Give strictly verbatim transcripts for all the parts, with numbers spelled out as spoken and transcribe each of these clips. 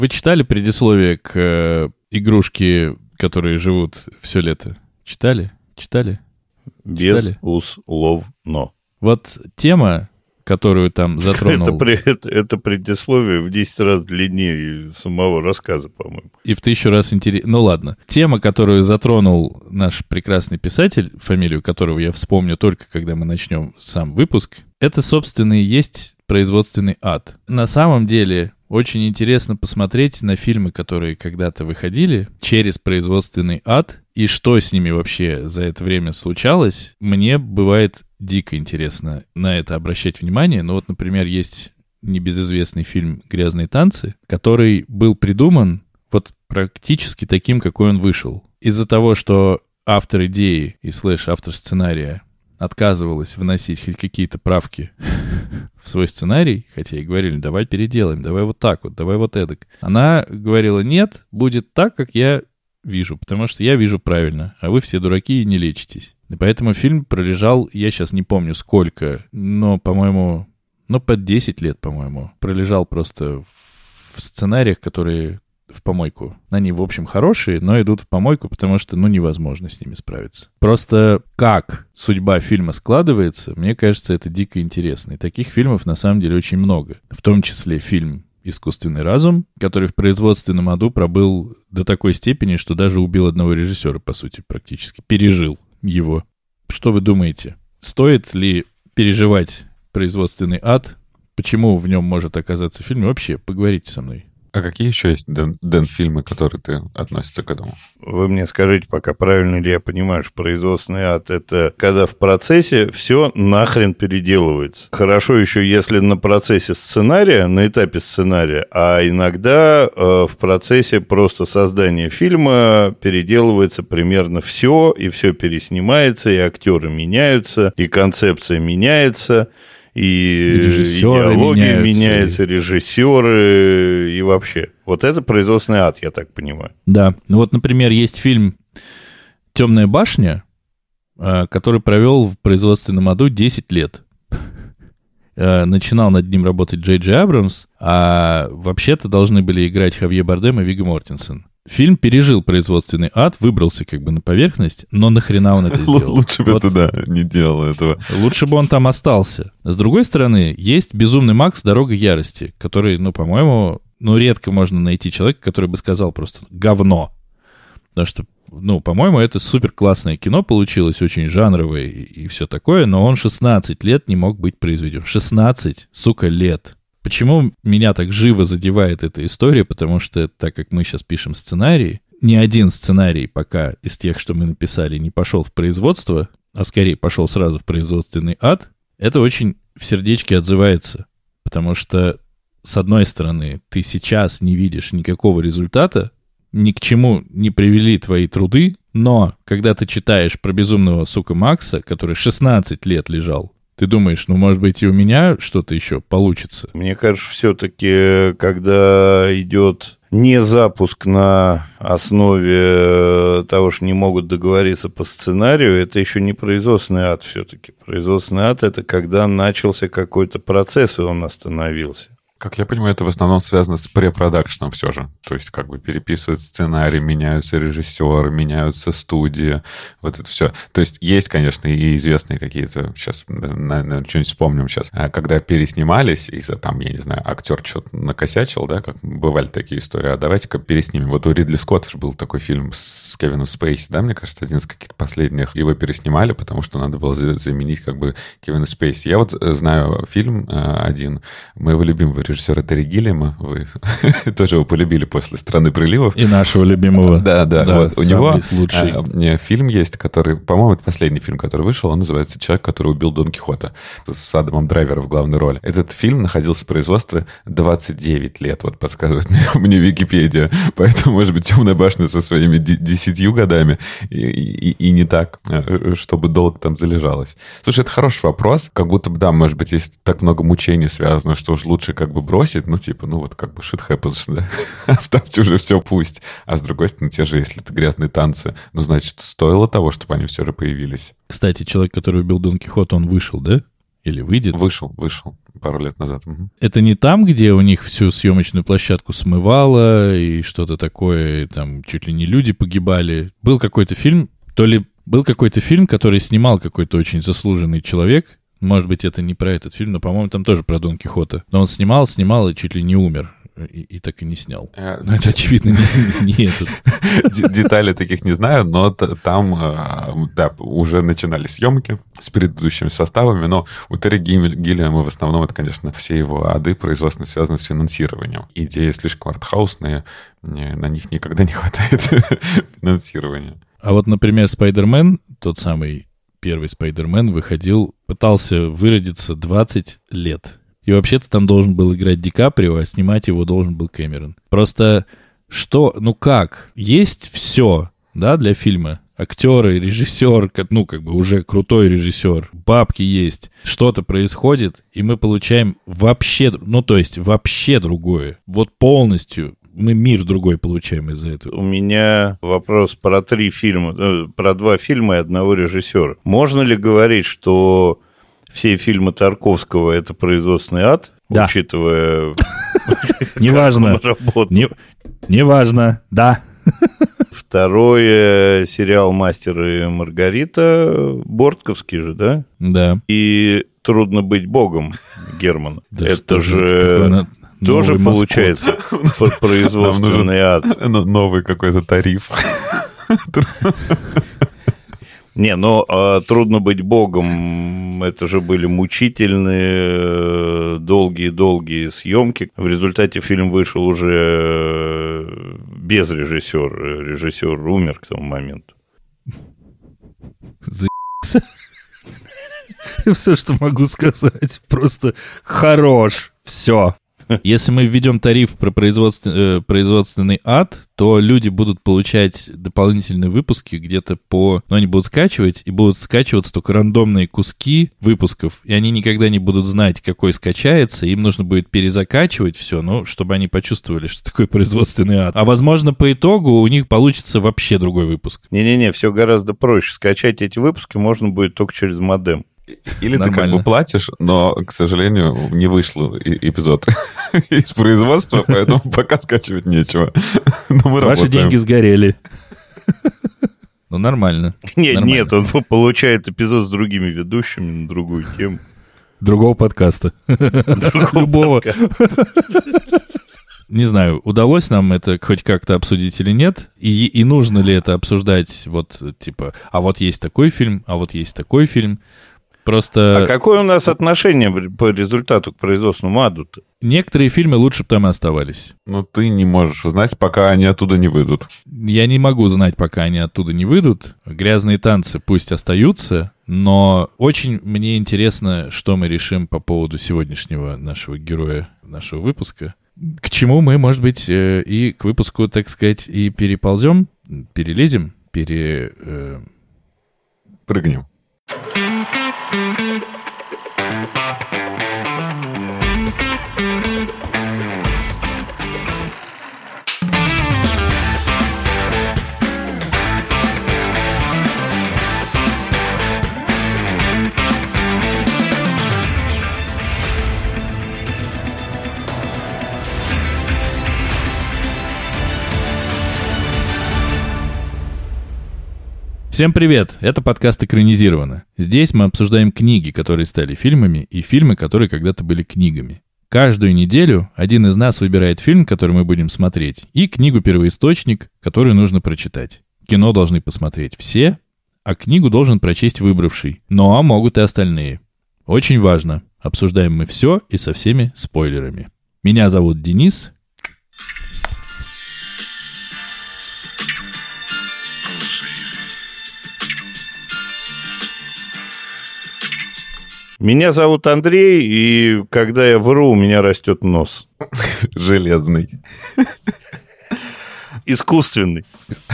Вы читали предисловие к э, игрушке, которые живут все лето? Читали? Читали? Без Читали? условно. Вот тема, которую там затронул... Это, это, это предисловие в десять раз длиннее самого рассказа, по-моему. И в тысячу раз интереснее. Ну ладно. Тема, которую затронул наш прекрасный писатель, фамилию которого я вспомню только, когда мы начнем сам выпуск, это, собственно, и есть производственный ад. На самом деле... Очень интересно посмотреть на фильмы, которые когда-то выходили через производственный ад, и что с ними вообще за это время случалось. Мне бывает дико интересно на это обращать внимание. Ну вот, например, есть небезызвестный фильм «Грязные танцы», который был придуман вот практически таким, какой он вышел. Из-за того, что автор идеи и слэш автор сценария отказывалась вносить хоть какие-то правки в свой сценарий, хотя и говорили, давай переделаем, давай вот так вот, давай вот эдак. Она говорила, нет, будет так, как я вижу, потому что я вижу правильно, а вы все дураки и не лечитесь. И поэтому фильм пролежал, я сейчас не помню сколько, но, по-моему, ну, под десять лет, по-моему, пролежал просто в сценариях, которые... в помойку. Они, в общем, хорошие, но идут в помойку, потому что, ну, невозможно с ними справиться. Просто как судьба фильма складывается, мне кажется, это дико интересно. И таких фильмов, на самом деле, очень много. В том числе фильм «Искусственный разум», который в производственном аду пробыл до такой степени, что даже убил одного режиссера, по сути, практически. Пережил его. Что вы думаете? Стоит ли переживать производственный ад? Почему в нем может оказаться фильм? Вообще, поговорите со мной. А какие еще есть, Дэн, Дэн, фильмы, которые ты относятся к этому? Вы мне скажите пока, правильно ли я понимаю, что производственный ад — это когда в процессе все нахрен переделывается. Хорошо еще, если на процессе сценария, на этапе сценария, а иногда э, в процессе просто создания фильма переделывается примерно все, и все переснимается, и актеры меняются, и концепция меняется, и, и идеология меняются, меняется, и... режиссеры, и вообще. Вот это производственный ад, я так понимаю. Да. Ну вот, например, есть фильм «Темная башня», который провел в производственном аду десять лет. Начинал над ним работать Джей Джей Абрамс, а вообще-то должны были играть Хавье Бардем и Вигго Мортенсен. Фильм пережил производственный ад, выбрался как бы на поверхность, но нахрена он это сделал? Лучше бы вот. это, да, не делал этого. Лучше бы он там остался. С другой стороны, есть «Безумный Макс. Дорога ярости», который, ну, по-моему, ну, редко можно найти человека, который бы сказал просто «говно». Потому что, ну, по-моему, это супер классное кино получилось, очень жанровое и, и все такое, но он шестнадцать лет не мог быть произведен. шестнадцать, сука, лет. Почему меня так живо задевает эта история? Потому что, так как мы сейчас пишем сценарий, ни один сценарий пока из тех, что мы написали, не пошел в производство, а скорее пошел сразу в производственный ад, это очень в сердечке отзывается. Потому что, с одной стороны, ты сейчас не видишь никакого результата, ни к чему не привели твои труды, но когда ты читаешь про безумного, сука, Макса, который шестнадцать лет лежал, ты думаешь, ну, может быть, и у меня что-то еще получится? Мне кажется, все-таки, когда идет не запуск на основе того, что не могут договориться по сценарию, это еще не производственный ад все-таки. Производственный ад — это когда начался какой-то процесс, и он остановился. Как я понимаю, это в основном связано с препродакшном все же. То есть как бы переписывают сценарий, меняются режиссеры, меняются студии, вот это все. То есть есть, конечно, и известные какие-то, сейчас, наверное, что-нибудь вспомним сейчас, когда переснимались из-за там, я не знаю, актер что-то накосячил, да, как бывали такие истории, а давайте-ка переснимем. Вот у Ридли Скотта же был такой фильм с Кевином Спейси, да, мне кажется, один из каких-то последних. Его переснимали, потому что надо было заменить как бы Кевина Спейси. Я вот знаю фильм один, моего любимого режиссера Терри Гиллиама, вы тоже его полюбили после «Страны приливов». И нашего любимого. Да, да. да вот. У него лучший. А, фильм есть, который, по-моему, это последний фильм, который вышел, он называется «Человек, который убил Дон Кихота» с Адамом Драйвером в главной роли. Этот фильм находился в производстве двадцать девять лет, вот подсказывает мне, мне Википедия. Поэтому, может быть, «Темная башня» со своими десятью годами и, и, и не так, чтобы долго там залежалось. Слушай, это хороший вопрос. Как будто бы, да, может быть, есть так много мучений связано, что уж лучше как бы бросить, ну, типа, ну, вот как бы shit happens, да, оставьте уже все, пусть. А с другой стороны, те же, если это «Грязные танцы», ну, значит, стоило того, чтобы они все же появились. Кстати, человек, который убил Дон Кихота, он вышел, да? Или выйдет? Вышел, вышел пару лет назад. Угу. Это не там, где у них всю съемочную площадку смывало и что-то такое, и там чуть ли не люди погибали. Был какой-то фильм, то ли был какой-то фильм, который снимал какой-то очень заслуженный человек. Может быть, это не про этот фильм, но, по-моему, там тоже про Дон Кихота. Но он снимал, снимал и чуть ли не умер. И, и так и не снял. Но это, очевидно, не, не этот. Деталей таких не знаю, но там, да, уже начинались съемки с предыдущими составами, но у Терри Гиллиама в основном это, конечно, все его ады производственно связаны с финансированием. Идеи слишком артхаусные, на них никогда не хватает финансирования. А вот, например, Спайдермен, тот самый первый Спайдермен, выходил, пытался выродиться двадцать лет. И вообще-то там должен был играть Ди Каприо, а снимать его должен был Кэмерон. Просто что, ну как? Есть все, да, для фильма. Актеры, режиссер, ну как бы уже крутой режиссер, бабки есть. Что-то происходит, и мы получаем вообще, ну то есть вообще другое. Вот полностью мы мир другой получаем из-за этого. У меня вопрос про три фильма, про два фильма и одного режиссера. Можно ли говорить, что все фильмы Тарковского — это производственный ад, да. Учитывая... Неважно. Неважно, да. Второе, сериал «Мастер и Маргарита», Бортковский же, да? Да. И «Трудно быть богом» Германа. Да это же тоже получается производственный ад. Новый какой-то тариф. Не, но а, «Трудно быть богом» — это же были мучительные, долгие-долгие съемки. В результате фильм вышел уже без режиссера. Режиссер умер к тому моменту. За***ся. Все, что могу сказать. Просто хорош. Все. Если мы введем тариф про производствен, производственный ад, то люди будут получать дополнительные выпуски где-то по... Ну, они будут скачивать, и будут скачиваться только рандомные куски выпусков, и они никогда не будут знать, какой скачается, им нужно будет перезакачивать все, ну, чтобы они почувствовали, что такое производственный ад. А, возможно, по итогу у них получится вообще другой выпуск. Не-не-не, все гораздо проще. Скачать эти выпуски можно будет только через модем. Или нормально. Ты как бы платишь, но, к сожалению, не вышел эпизод из производства, поэтому пока скачивать нечего. Ваши деньги сгорели. Ну, нормально. Нет, нет, он получает эпизод с другими ведущими на другую тему. Другого подкаста. Любого. Не знаю, удалось нам это хоть как-то обсудить или нет, и, и нужно ли это обсуждать, вот, типа, а вот есть такой фильм, а вот есть такой фильм. Просто... А какое у нас отношение по результату к производственному аду-то? Некоторые фильмы лучше бы там и оставались. Но ты не можешь узнать, пока они оттуда не выйдут. Я не могу знать, пока они оттуда не выйдут. «Грязные танцы» пусть остаются, но очень мне интересно, что мы решим по поводу сегодняшнего нашего героя, нашего выпуска. К чему мы, может быть, и к выпуску, так сказать, и переползем, перелезем, пере... Э... Прыгнем. Всем привет! Это подкаст «Экранизировано». Здесь мы обсуждаем книги, которые стали фильмами, и фильмы, которые когда-то были книгами. Каждую неделю один из нас выбирает фильм, который мы будем смотреть, и книгу-первоисточник, которую нужно прочитать. Кино должны посмотреть все, а книгу должен прочесть выбравший. Ну а могут и остальные. Очень важно. Обсуждаем мы все и со всеми спойлерами. Меня зовут Денис. Меня зовут Андрей, и когда я вру, у меня растет нос. Железный. Искусственный.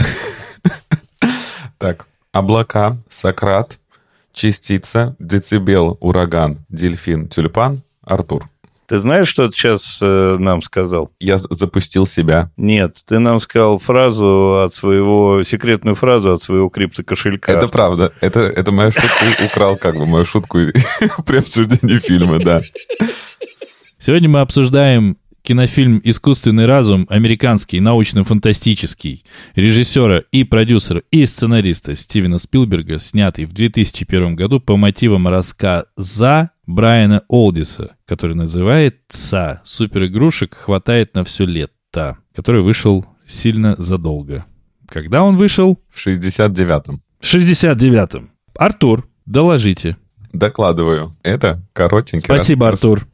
Так, облака, Сократ, частица, децибел, ураган, дельфин, тюльпан, Артур. Ты знаешь, что ты сейчас э, нам сказал? Я запустил себя. Нет, ты нам сказал фразу от своего, секретную фразу от своего криптокошелька. Это правда. Это, это мою шутку украл, как бы, мою шутку при обсуждении фильма, да. Сегодня мы обсуждаем кинофильм «Искусственный разум», американский, научно-фантастический, режиссера и продюсера, и сценариста Стивена Спилберга, снятый в две тысячи первом году по мотивам рассказа Брайана Олдиса, который называется «Суперигрушек хватает на все лето», который вышел сильно задолго. Когда он вышел? В шестьдесят девятом. В шестьдесят девятом. Артур, доложите. Докладываю. Это коротенький Спасибо, рассказ. Артур.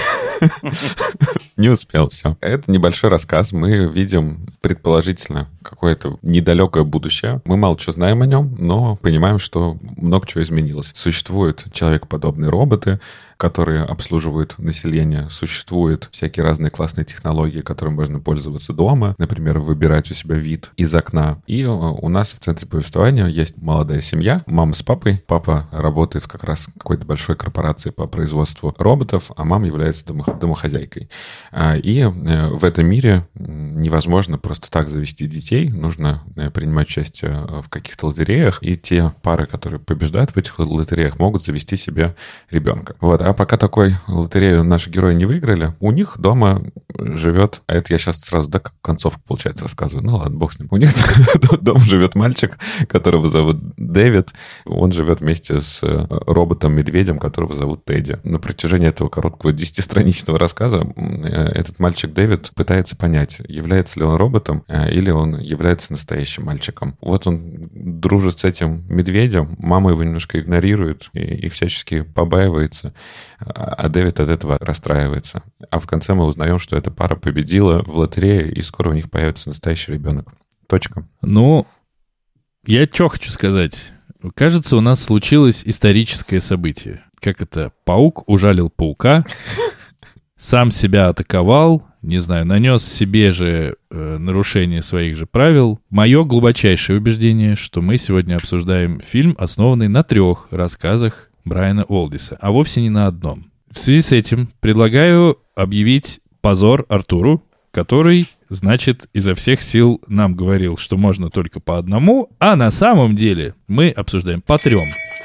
Не успел, все. Это небольшой рассказ. Мы видим, предположительно, какое-то недалекое будущее. Мы мало чего знаем о нем, но понимаем, что много чего изменилось. Существуют человекоподобные роботы, которые обслуживают население. Существуют всякие разные классные технологии, которыми можно пользоваться дома. Например, выбирать у себя вид из окна. И у нас в центре повествования есть молодая семья, мама с папой. Папа работает как раз в какой-то большой корпорации по производству роботов, а мама является домо- домохозяйкой. И в этом мире невозможно просто так завести детей. Нужно принимать участие в каких-то лотереях. И те пары, которые побеждают в этих лотереях, могут завести себе ребенка. Вот. А пока такой лотерею наши герои не выиграли, у них дома живет... А это я сейчас сразу, да, как концовку, получается, рассказываю. Ну ладно, бог с ним. У них дома живет мальчик, которого зовут Дэвид. Он живет вместе с роботом-медведем, которого зовут Тедди. На протяжении этого короткого десятистраничного рассказа этот мальчик Дэвид пытается понять, является ли он роботом или он является настоящим мальчиком. Вот он дружит с этим медведем, мама его немножко игнорирует и, и всячески побаивается, а Дэвид от этого расстраивается. А в конце мы узнаем, что эта пара победила в лотерее, и скоро у них появится настоящий ребенок. Точка. Ну, я что хочу сказать. Кажется, у нас случилось историческое событие. Как это? Паук ужалил паука, сам себя атаковал, не знаю, нанес себе же э, нарушение своих же правил. Мое глубочайшее убеждение, что мы сегодня обсуждаем фильм, основанный на трех рассказах Брайана Олдиса, а вовсе не на одном. В связи с этим предлагаю объявить позор Артуру, который, значит, изо всех сил нам говорил, что можно только по одному, а на самом деле мы обсуждаем по трем.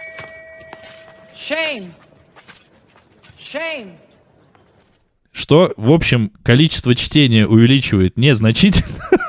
Shame. Shame. Что, в общем, количество чтения увеличивает незначительно.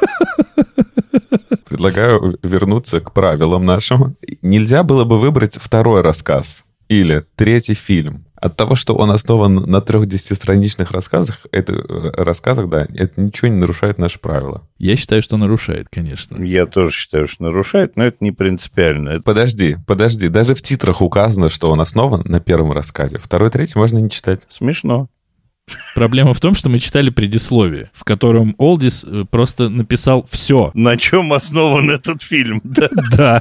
Предлагаю вернуться к правилам нашим. Нельзя было бы выбрать второй рассказ или третий фильм. От того, что он основан на трех десятистраничных рассказах, это, рассказах, да, это ничего не нарушает наши правила. Я считаю, что нарушает, конечно. Я тоже считаю, что нарушает, но это не принципиально. Это... Подожди, подожди. Даже в титрах указано, что он основан на первом рассказе. Второй, третий можно не читать. Смешно. Проблема в том, что мы читали предисловие, в котором Олдис просто написал все. На чем основан этот фильм, да? Да.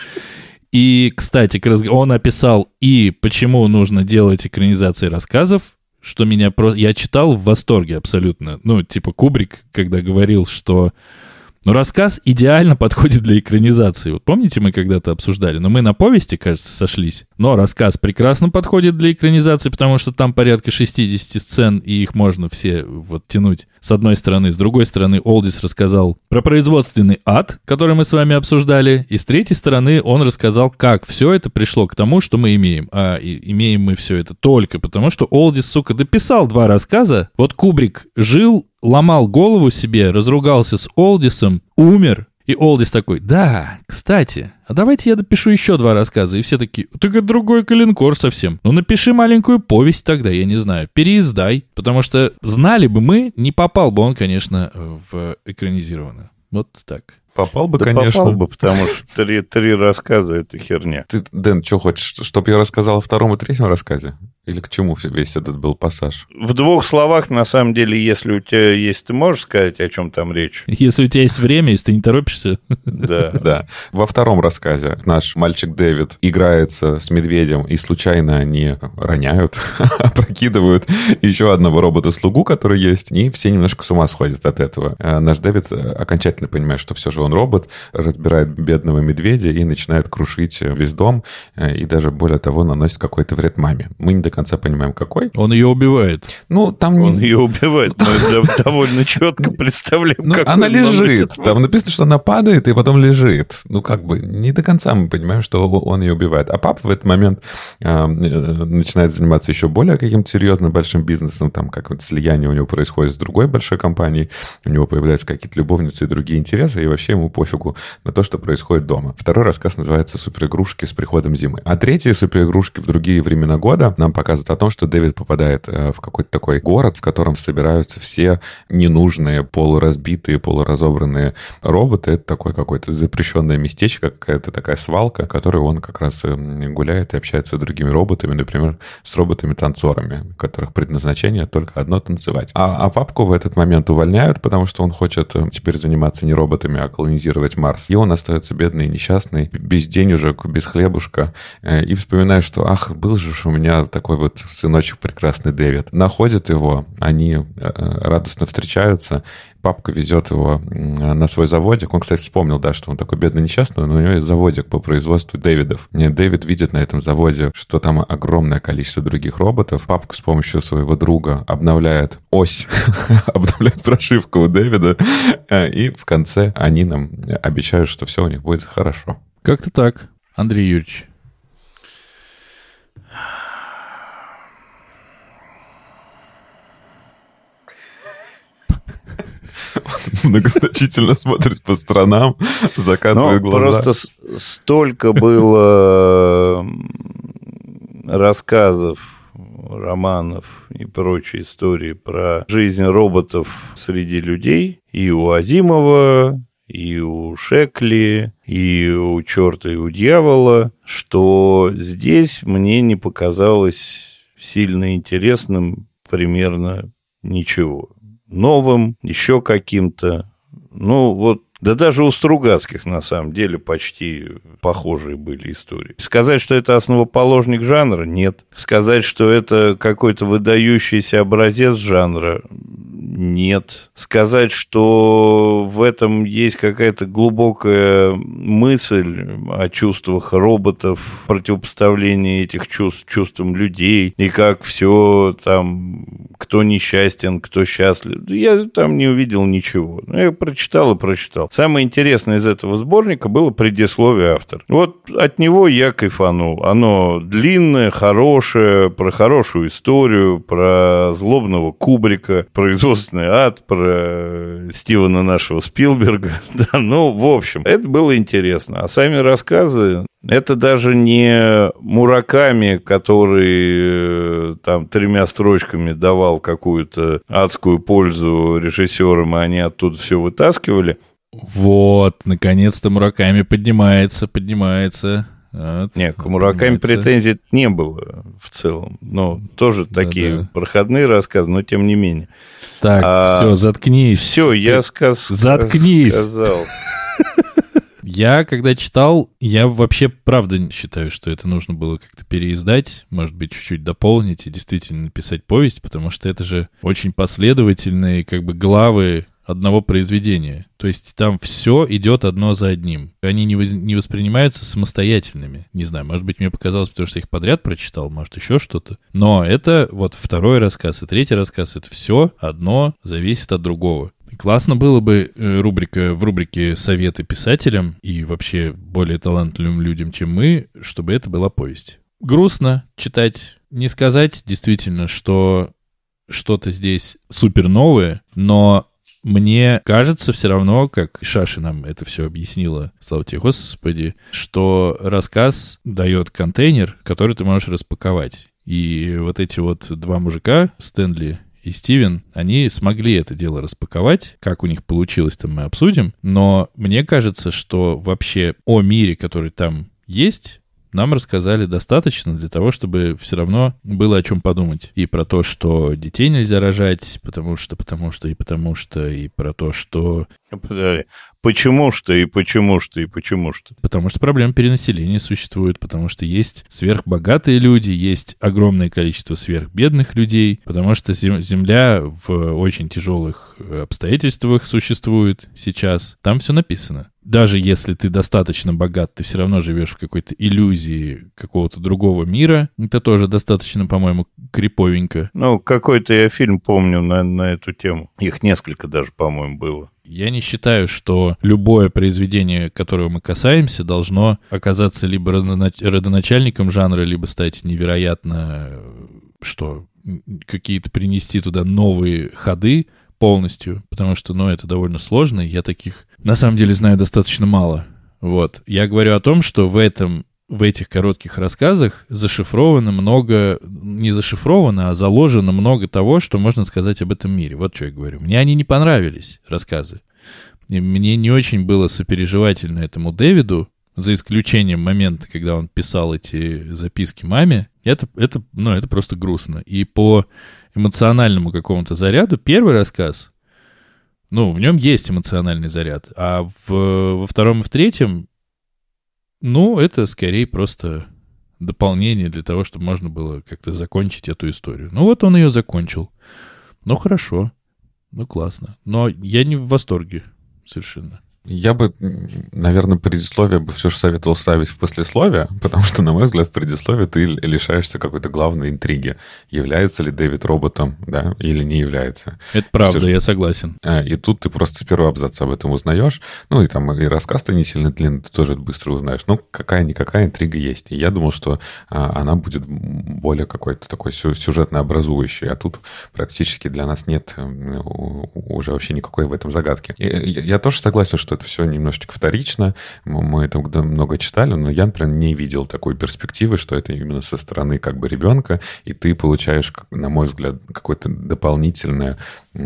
И, кстати, он описал и почему нужно делать экранизации рассказов, что меня просто... Я читал в восторге абсолютно. Ну, типа Кубрик, когда говорил, что... Ну, рассказ идеально подходит для экранизации. Вот помните, мы когда-то обсуждали? Но мы на повести, кажется, сошлись. Но рассказ прекрасно подходит для экранизации, потому что там порядка шестьдесят сцен, и их можно все вот тянуть с одной стороны. С другой стороны, Олдис рассказал про производственный ад, который мы с вами обсуждали. И с третьей стороны, он рассказал, как все это пришло к тому, что мы имеем. А и имеем мы все это только потому, что Олдис, сука, дописал два рассказа. Вот Кубрик жил... ломал голову себе, разругался с Олдисом, умер. И Олдис такой: да, кстати, а давайте я допишу еще два рассказа. И все такие: так это другой калинкор совсем. Ну напиши маленькую повесть тогда, я не знаю, переиздай. Потому что знали бы мы, не попал бы он, конечно, в экранизированное. Вот так. Попал бы, да конечно. Попал бы, потому что три, три рассказа — это херня. Ты, Дэн, что хочешь, чтобы я рассказал о втором и третьем рассказе? Или к чему весь этот был пассаж? В двух словах, на самом деле, если у тебя есть, ты можешь сказать, о чем там речь? Если у тебя есть время, если ты не торопишься. Да. Да. Во втором рассказе наш мальчик Дэвид играется с медведем, и случайно они роняют, опрокидывают еще одного робота-слугу, который есть, и все немножко с ума сходят от этого. Наш Дэвид окончательно понимает, что все же он робот, разбирает бедного медведя и начинает крушить весь дом, и даже, более того, наносит какой-то вред маме. Мы не до конца понимаем, какой. Он ее убивает. Ну, там... Он ее убивает, мы довольно четко представляем, ну, как она лежит. Там написано, что она падает и потом лежит. Ну, как бы, не до конца мы понимаем, что он ее убивает. А папа в этот момент э, начинает заниматься еще более каким-то серьезным большим бизнесом. Там какое-то слияние у него происходит с другой большой компанией. У него появляются какие-то любовницы и другие интересы, и вообще ему пофигу на то, что происходит дома. Второй рассказ называется «Суперигрушки с приходом зимы». А третий «Суперигрушки в другие времена года» нам показывает о том, что Дэвид попадает в какой-то такой город, в котором собираются все ненужные, полуразбитые, полуразобранные роботы. Это такое какое-то запрещенное местечко, какая-то такая свалка, в которой он как раз гуляет и общается с другими роботами, например, с роботами-танцорами, у которых предназначение только одно — танцевать. А, а папку в этот момент увольняют, потому что он хочет теперь заниматься не роботами, а колонизировать Марс. И он остается бедный и несчастный, без денежек, без хлебушка, и вспоминает, что, ах, был же у меня такой вот сыночек прекрасный Дэвид. Находит его, они радостно встречаются, папка везет его на свой заводик. Он, кстати, вспомнил, да, что он такой бедный несчастный, но у него есть заводик по производству Дэвидов. И Дэвид видит на этом заводе, что там огромное количество других роботов. Папка с помощью своего друга обновляет ось, обновляет прошивку у Дэвида, и в конце они нам обещают, что все у них будет хорошо. Как-то так, Андрей Юрьевич. Многозначительно смотрит по сторонам, закатывает Но глаза. Просто с- столько было рассказов, романов и прочей истории про жизнь роботов среди людей. И у Азимова, и у Шекли, и у черта, и у дьявола, что здесь мне не показалось сильно интересным примерно ничего. Новым, еще каким-то. Ну, вот, да даже у Стругацких, на самом деле, почти похожие были истории. Сказать, что это основоположник жанра, нет. Сказать, что это какой-то выдающийся образец жанра, нет. Сказать, что в этом есть какая-то глубокая мысль о чувствах роботов, противопоставлении этих чувств чувствам людей, и как все там, кто несчастен, кто счастлив. Я там не увидел ничего. Я прочитал и прочитал. Самое интересное из этого сборника было предисловие автора. Вот от него я кайфанул. Оно длинное, хорошее, про хорошую историю, про злобного Кубрика, производственный ад, про Стивена нашего Спилберга. Да, ну, в общем, это было интересно. А сами рассказы, это даже не Мураками, который там тремя строчками давал какую-то адскую пользу режиссерам, и они оттуда все вытаскивали. Вот, наконец-то Мураками поднимается, поднимается. Вот, Нет, к Мураками поднимается. претензий не было в целом. Но тоже Да, такие да. проходные рассказы, но тем не менее. Так, А, все, заткнись. Все, я сказ... Заткнись. сказал. Я, когда читал, я вообще, правда, считаю, что это нужно было как-то переиздать, может быть, чуть-чуть дополнить и действительно написать повесть, потому что это же очень последовательные, как бы, главы одного произведения. То есть там все идет одно за одним. Они не, воз... не воспринимаются самостоятельными. Не знаю, может быть, мне показалось, потому что я их подряд прочитал, может, еще что-то. Но это вот второй рассказ и третий рассказ, это все одно зависит от другого. И классно было бы э, рубрика, в рубрике «Советы писателям» и вообще более талантливым людям, чем мы, чтобы это была повесть. Грустно читать. Не сказать действительно, что что-то здесь супер новое, но мне кажется все равно, как Шаша нам это все объяснила, слава тебе Господи, что рассказ дает контейнер, который ты можешь распаковать. И вот эти вот два мужика, Стэнли и Стивен, они смогли это дело распаковать. Как у них получилось, там мы обсудим. Но мне кажется, что вообще о мире, который там есть, нам рассказали достаточно для того, чтобы все равно было о чем подумать. И про то, что детей нельзя рожать, потому что, потому что, и потому что, и про то, что... Подожди. Почему что и почему что и почему что? Потому что проблема перенаселения существует, потому что есть сверхбогатые люди, есть огромное количество сверхбедных людей, потому что Земля в очень тяжелых обстоятельствах существует сейчас. Там все написано. даже если ты достаточно богат, ты все равно живешь в какой-то иллюзии какого-то другого мира. Это тоже достаточно, по-моему, криповенько. Ну, какой-то я фильм помню на, на эту тему. Их несколько даже, по-моему, было. Я не считаю, что любое произведение, которого мы касаемся, должно оказаться либо родоначальником жанра, либо стать невероятно, что какие-то принести туда новые ходы полностью, потому что, ну, это довольно сложно, я таких, на самом деле, знаю достаточно мало. Вот. Я говорю о том, что в этом, в этих коротких рассказах зашифровано много, не зашифровано, а заложено много того, что можно сказать об этом мире. Вот что я говорю. Мне они не понравились, рассказы. И мне не очень было сопереживательно этому Дэвиду, за исключением момента, когда он писал эти записки маме. Это, это, ну, это просто грустно. И по эмоциональному какому-то заряду первый рассказ, ну, в нем есть эмоциональный заряд, а в, во втором и в третьем, ну, это скорее просто дополнение для того, чтобы можно было как-то закончить эту историю. Ну, вот он ее закончил. Ну, хорошо. Ну, классно. Но я не в восторге совершенно. Я бы, наверное, предисловие бы все же советовал ставить в послесловие, потому что, на мой взгляд, в предисловии ты лишаешься какой-то главной интриги. Является ли Дэвид роботом, да, или не является. Это правда, же... я согласен. И тут ты просто с первого абзаца об этом узнаешь. Ну, и там и рассказ-то не сильно длинный, ты тоже быстро узнаешь. Ну, какая-никакая интрига есть. И я думал, что она будет более какой-то такой сюжетно образующей. А тут практически для нас нет уже вообще никакой в этом загадки. И я тоже согласен, что это все немножечко вторично. Мы это много читали, но я, например, не видел такой перспективы, что это именно со стороны как бы ребенка, и ты получаешь, на мой взгляд, какое-то дополнительное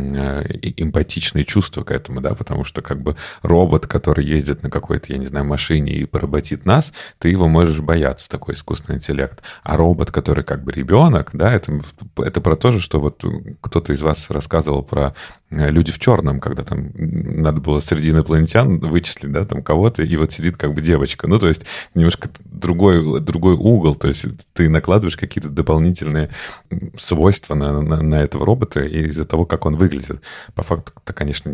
эмпатичные чувства к этому, да, потому что как бы робот, который ездит на какой-то, я не знаю, машине и поработит нас, ты его можешь бояться, такой искусственный интеллект. А робот, который как бы ребенок, да, это, это про то же, что вот кто-то из вас рассказывал про «Люди в черном», когда там надо было среди инопланетян вычислить, да, там кого-то, и вот сидит как бы девочка. Ну, то есть немножко другой, другой угол, то есть ты накладываешь какие-то дополнительные свойства на, на, на этого робота из-за того, как он выглядит. По факту-то, конечно,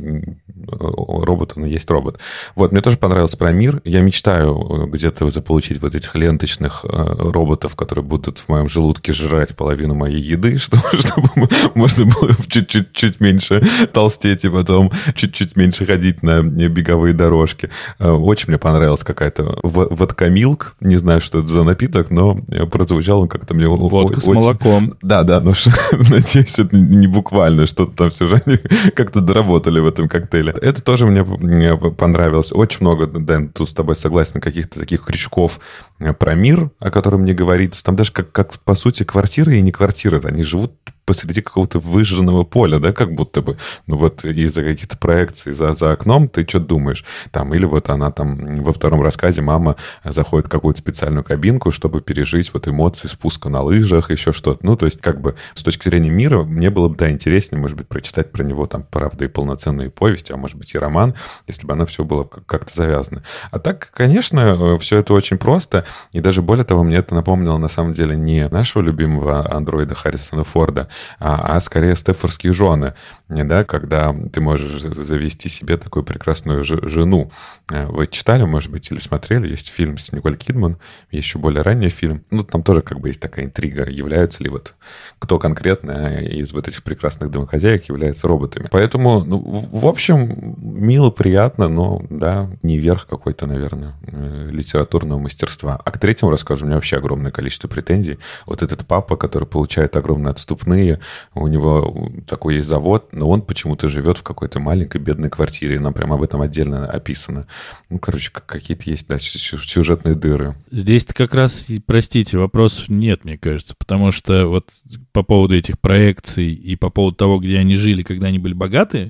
робот, он и есть робот. Вот, мне тоже понравилось про мир. Я мечтаю где-то заполучить вот этих ленточных роботов, которые будут в моем желудке жрать половину моей еды, чтобы, чтобы можно было чуть-чуть чуть меньше толстеть и потом чуть-чуть меньше ходить на беговые дорожки. Очень мне понравилась какая-то водка-милк. Не знаю, что это за напиток, но прозвучал он как-то мне... Водка очень... с молоком. Да, да, но надеюсь, это не буквально, что-то там все же они как-то доработали в этом коктейле. Это тоже мне, мне понравилось. Очень много, Дэн, тут с тобой согласен, каких-то таких крючков про мир, о котором мне говорится. Там даже как, как по сути, квартиры и не квартиры. Они живут посреди какого-то выжженного поля, да, как будто бы. Ну вот из-за каких-то проекций за, за окном ты что думаешь? Там, или вот она там во втором рассказе мама заходит в какую-то специальную кабинку, чтобы пережить вот эмоции спуска на лыжах, еще что-то. Ну, то есть как бы с точки зрения мира мне было бы, да, интереснее, может быть, прочитать про него там, правда, и полноценную повесть, а может быть, и роман, если бы оно все было как-то завязано. А так, конечно, все это очень просто, и даже более того, мне это напомнило, на самом деле, не нашего любимого андроида Харрисона Форда, а, а скорее «Стефордские жены», да, когда ты можешь завести себе такую прекрасную жену. Вы читали, может быть, или смотрели? Есть фильм с Николь Кидман, есть еще более ранний фильм. Ну, там тоже как бы есть такая интрига, являются ли вот кто конкретно из вот этих прекрасных домохозяек является роботами. Поэтому, ну, в общем, мило, приятно, но, да, не верх какой-то, наверное, литературного мастерства. А к третьему рассказу у меня вообще огромное количество претензий. Вот этот папа, который получает огромные отступные, у него такой есть завод, но он почему-то живет в какой-то маленькой бедной квартире. Нам прямо об этом отдельно описано. Ну, короче, какие-то есть, да, сюжетные дыры. Здесь-то как раз, простите, вопросов нет, мне кажется, потому что вот по поводу этих проекций и по поводу того, где они жили, когда они были богатые,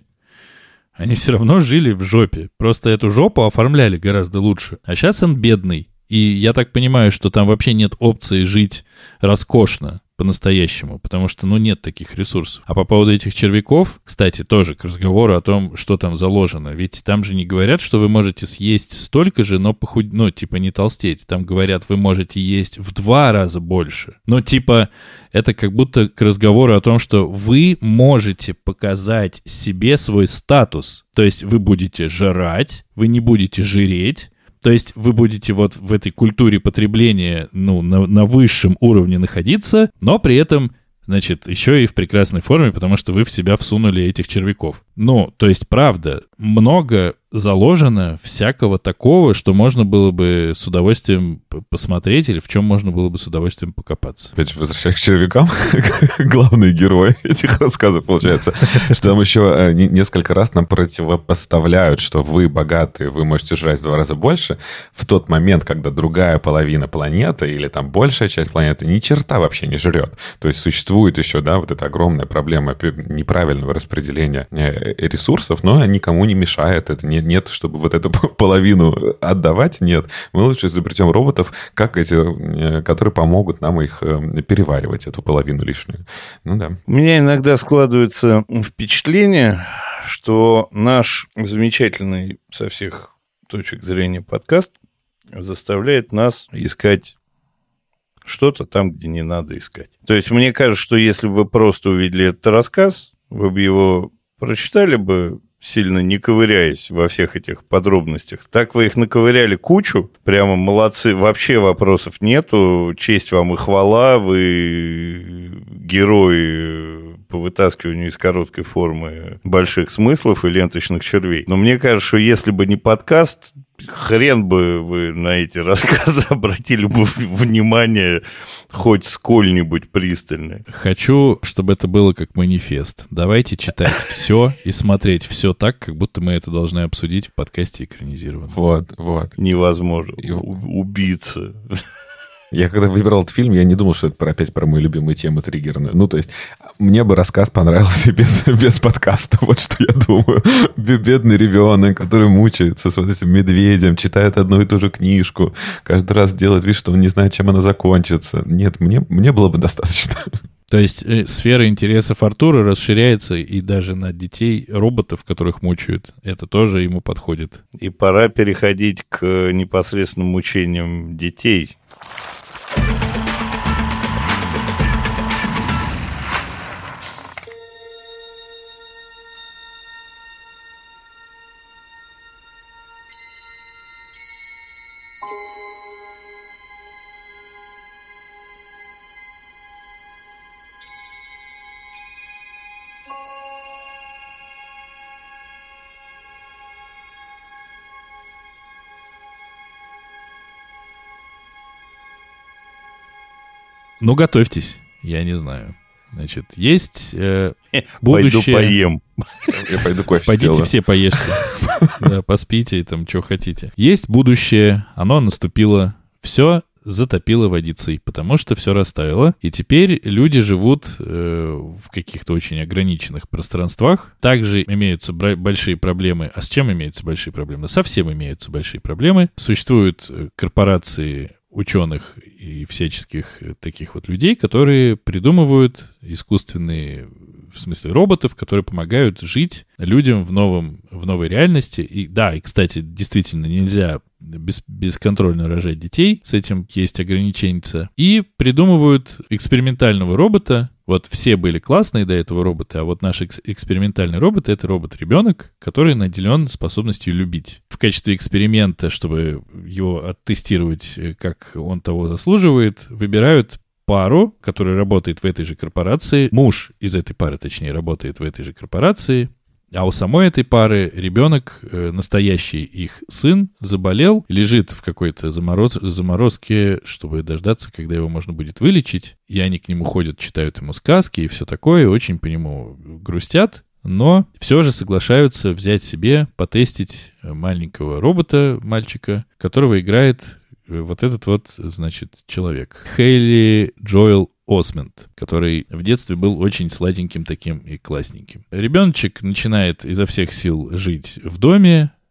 они все равно жили в жопе. Просто эту жопу оформляли гораздо лучше. А сейчас он бедный. И я так понимаю, что там вообще нет опции жить роскошно. по-настоящему, потому что, ну, нет таких ресурсов. А по поводу этих червяков, кстати, тоже к разговору о том, что там заложено. Ведь там же не говорят, что вы можете съесть столько же, но похуд... ну, типа, не толстеть. Там говорят, вы можете есть в два раза больше. Но, типа, это как будто к разговору о том, что вы можете показать себе свой статус. То есть вы будете жрать, вы не будете жиреть. То есть вы будете вот в этой культуре потребления, ну, на, на высшем уровне находиться, но при этом, значит, еще и в прекрасной форме, потому что вы в себя всунули этих червяков. Ну, то есть, правда, много заложено всякого такого, что можно было бы с удовольствием посмотреть или в чем можно было бы с удовольствием покопаться. Опять же, возвращаясь к червякам, главный герой этих рассказов, получается, что там еще несколько раз нам противопоставляют, что вы богатые, вы можете жрать в два раза больше, в тот момент, когда другая половина планеты или там большая часть планеты ни черта вообще не жрет. То есть существует еще, да, вот эта огромная проблема неправильного распределения ресурсов, но никому не мешает. Это не нет, чтобы вот эту половину отдавать, нет. Мы лучше изобретем роботов, как эти, которые помогут нам их переваривать, эту половину лишнюю. Ну да. У меня иногда складывается впечатление, что наш замечательный со всех точек зрения подкаст заставляет нас искать что-то там, где не надо искать. То есть мне кажется, что если бы вы просто увидели этот рассказ, вы бы его прочитали бы, сильно не ковыряясь во всех этих подробностях. Так вы их наковыряли кучу, прямо молодцы, вообще вопросов нету, честь вам и хвала, вы герои по вытаскиванию из короткой формы больших смыслов и ленточных червей. Но мне кажется, что если бы не подкаст, хрен бы вы на эти рассказы обратили бы внимание хоть сколь-нибудь пристальное. Хочу, чтобы это было как манифест. Давайте читать все и смотреть все так, как будто мы это должны обсудить в подкасте экранизированном. Вот, вот. Невозможно. Убийца. Я когда выбирал этот фильм, я не думал, что это про, опять про мою любимую тему триггерную. Ну, то есть, мне бы рассказ понравился без, без подкаста. Вот что я думаю. Бедный ребенок, который мучается с вот этим медведем, читает одну и ту же книжку, каждый раз делает вид, что он не знает, чем она закончится. Нет, мне, мне было бы достаточно. То есть э, сфера интересов Артура расширяется и даже на детей, роботов, которых мучают, это тоже ему подходит. И пора переходить к непосредственным мучениям детей. Ну, готовьтесь, я не знаю. Значит, есть э, будущее... Пойду поем. Я пойду кофе Пойдите сделаю. все поешьте. Да, поспите и там, что хотите. Есть будущее, оно наступило, все затопило водицей, потому что все растаяло, и теперь люди живут э, в каких-то очень ограниченных пространствах. Также имеются бра- большие проблемы. А с чем имеются большие проблемы? Совсем имеются большие проблемы. Существуют корпорации ученых и всяческих таких вот людей, которые придумывают искусственные, в смысле роботов, которые помогают жить людям в новом, в новой реальности. И да, и, кстати, действительно нельзя без, бесконтрольно рожать детей, с этим есть ограниченница. И придумывают экспериментального робота. Вот все были классные до этого роботы, а вот наш экс- экспериментальный робот — это робот-ребенок, который наделен способностью любить. В качестве эксперимента, чтобы его оттестировать, как он того заслуживает, выбирают пару, которая работает в этой же корпорации. Муж из этой пары, точнее, работает в этой же корпорации. А у самой этой пары ребенок, настоящий их сын, заболел, лежит в какой-то замороз... заморозке, чтобы дождаться, когда его можно будет вылечить. И они к нему ходят, читают ему сказки и все такое, очень по нему грустят. Но все же соглашаются взять себе, потестить маленького робота, мальчика, которого играет вот этот вот, значит, человек. Хейли Джоэл Осмонд, который в детстве был очень сладеньким таким и классненьким. Ребеночек начинает изо всех сил жить в доме,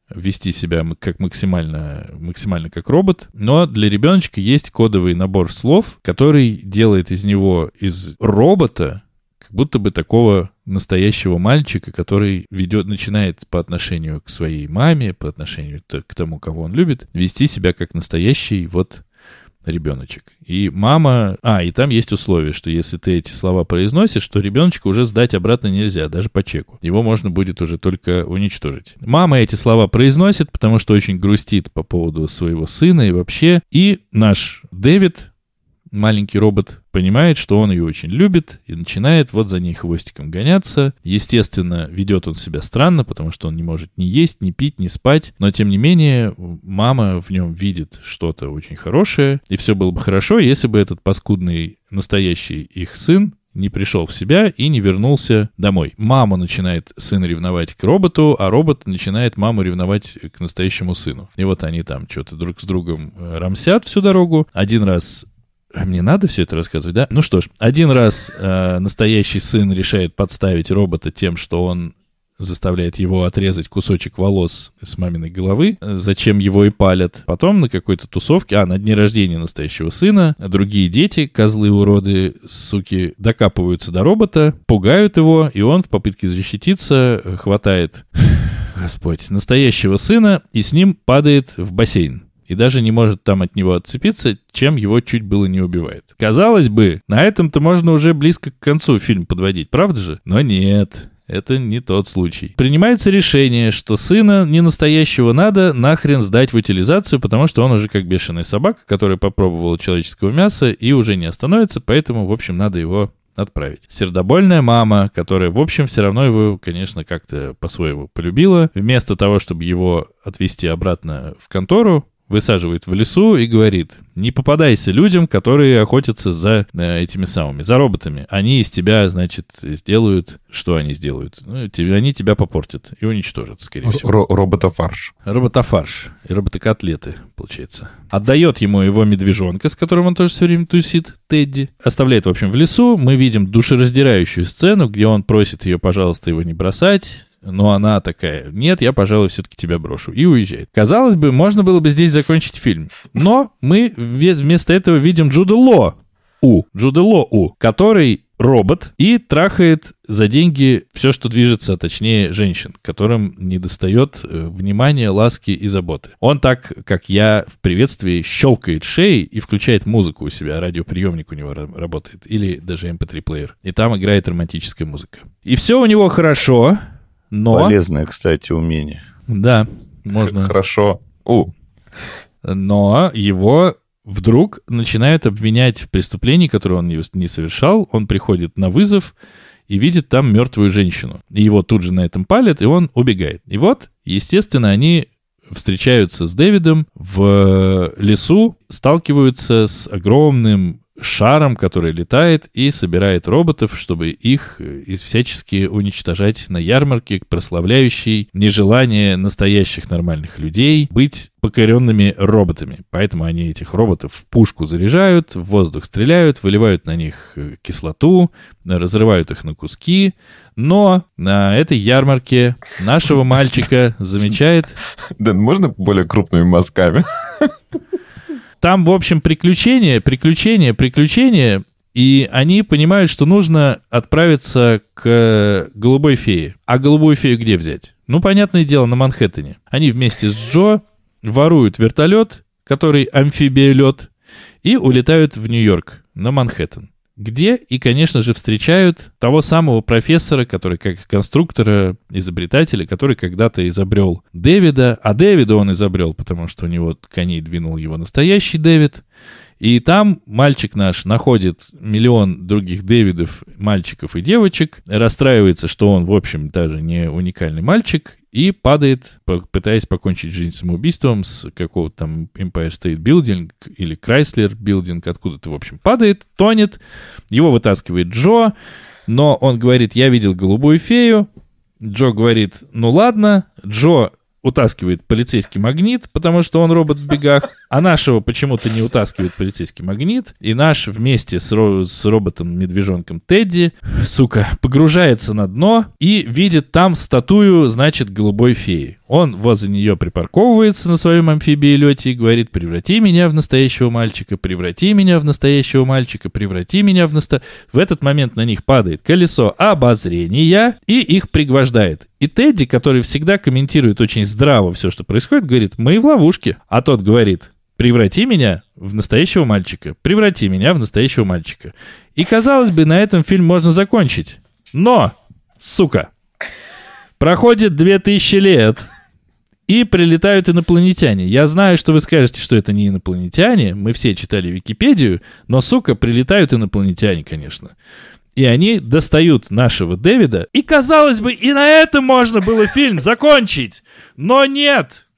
вести себя как максимально, максимально как робот, но для ребеночка есть кодовый набор слов, который делает из него, из робота, как будто бы такого настоящего мальчика, который ведет, начинает по отношению к своей маме, по отношению к тому, кого он любит, вести себя как настоящий вот ребеночек. И мама... А, и там есть условие, что если ты эти слова произносишь, то ребеночка уже сдать обратно нельзя, даже по чеку. Его можно будет уже только уничтожить. Мама эти слова произносит, потому что очень грустит по поводу своего сына и вообще. И наш Дэвид, маленький робот, понимает, что он ее очень любит и начинает вот за ней хвостиком гоняться. Естественно, ведет он себя странно, потому что он не может ни есть, ни пить, ни спать. Но, тем не менее, мама в нем видит что-то очень хорошее. И все было бы хорошо, если бы этот паскудный настоящий их сын не пришел в себя и не вернулся домой. Мама начинает сына ревновать к роботу, а робот начинает маму ревновать к настоящему сыну. И вот они там что-то друг с другом рамсят всю дорогу. Один раз... А мне надо все это рассказывать, да? Ну что ж, один раз э, настоящий сын решает подставить робота тем, что он заставляет его отрезать кусочек волос с маминой головы, зачем его и палят. Потом на какой-то тусовке, а, на дне рождения настоящего сына, другие дети, козлы, уроды, суки, докапываются до робота, пугают его, и он в попытке защититься хватает, Господь, настоящего сына и с ним падает в бассейн. И даже не может там от него отцепиться, чем его чуть было не убивает. Казалось бы, на этом-то можно уже близко к концу фильм подводить, правда же? Но нет, это не тот случай. Принимается решение, что сына не настоящего надо нахрен сдать в утилизацию, потому что он уже как бешеная собака, которая попробовала человеческого мяса и уже не остановится, поэтому, в общем, надо его отправить. Сердобольная мама, которая, в общем, все равно его, конечно, как-то по-своему полюбила, вместо того, чтобы его отвезти обратно в контору, высаживает в лесу и говорит: не попадайся людям, которые охотятся за э, этими самыми, за роботами. Они из тебя, значит, сделают... Что они сделают? Ну, тебе, они тебя попортят и уничтожат, скорее всего. Ро- роботофарш. Роботофарш и роботокотлеты, получается. Отдает ему его медвежонка, с которым он тоже все время тусит, Тедди. Оставляет, в общем, в лесу. Мы видим душераздирающую сцену, где он просит ее, пожалуйста, его не бросать. Но она такая: нет, я, пожалуй, все-таки тебя брошу. И уезжает. Казалось бы, можно было бы здесь закончить фильм. Но мы вместо этого видим Джуда Ло У. Джуда Ло У, который робот и трахает за деньги все, что движется, а точнее женщин, которым недостает внимания, ласки и заботы. Он так, как я в приветствии, щелкает шеей и включает музыку у себя. Радиоприемник у него работает. Или даже эм пэ три-плеер. И там играет романтическая музыка. И все у него хорошо. Но... Полезное, кстати, умение. Да, можно. Хорошо. У. Но его вдруг начинают обвинять в преступлении, которое он не совершал. Он приходит на вызов и видит там мертвую женщину. И его тут же на этом палят, и он убегает. И вот, естественно, они встречаются с Дэвидом в лесу, сталкиваются с огромным шаром, который летает и собирает роботов, чтобы их всячески уничтожать на ярмарке, прославляющей нежелание настоящих нормальных людей быть покоренными роботами. Поэтому они этих роботов в пушку заряжают, в воздух стреляют, выливают на них кислоту, разрывают их на куски. Но на этой ярмарке нашего мальчика замечает... Дэн, можно более крупными мазками? Там, в общем, приключения, приключения, приключения, и они понимают, что нужно отправиться к голубой фее. А голубую фею где взять? Ну, понятное дело, на Манхэттене. Они вместе с Джо воруют вертолет, который амфибиолет, и улетают в Нью-Йорк, на Манхэттен. Где и, конечно же, встречают того самого профессора, который как конструктора, изобретателя, который когда-то изобрел Дэвида, а Дэвида он изобрел, потому что у него коней двинул его настоящий Дэвид. И там мальчик наш находит миллион других Дэвидов, мальчиков и девочек, расстраивается, что он, в общем, даже не уникальный мальчик, и падает, пытаясь покончить жизнь самоубийством с какого-то там Empire State Building или Chrysler Building, откуда-то, в общем, падает, тонет. Его вытаскивает Джо, но он говорит: я видел голубую фею. Джо говорит: ну ладно. Джо утаскивает полицейский магнит, потому что он робот в бегах, а нашего почему-то не утаскивает полицейский магнит, и наш вместе с, ро- с роботом-медвежонком Тедди, сука, погружается на дно и видит там статую, значит, голубой феи. Он возле нее припарковывается на своем амфибиелете и говорит: преврати меня в настоящего мальчика, преврати меня в настоящего мальчика, преврати меня в наста... В этот момент на них падает колесо обозрения и их пригвождает. И Тедди, который всегда комментирует очень здраво все, что происходит, говорит: мы в ловушке. А тот говорит: преврати меня в настоящего мальчика, преврати меня в настоящего мальчика. И, казалось бы, на этом фильм можно закончить. Но, сука, проходит две тысячи лет... И прилетают инопланетяне. Я знаю, что вы скажете, что это не инопланетяне. Мы все читали Википедию. Но, сука, прилетают инопланетяне, конечно. И они достают нашего Дэвида. И, казалось бы, и на этом можно было фильм закончить. Но нет.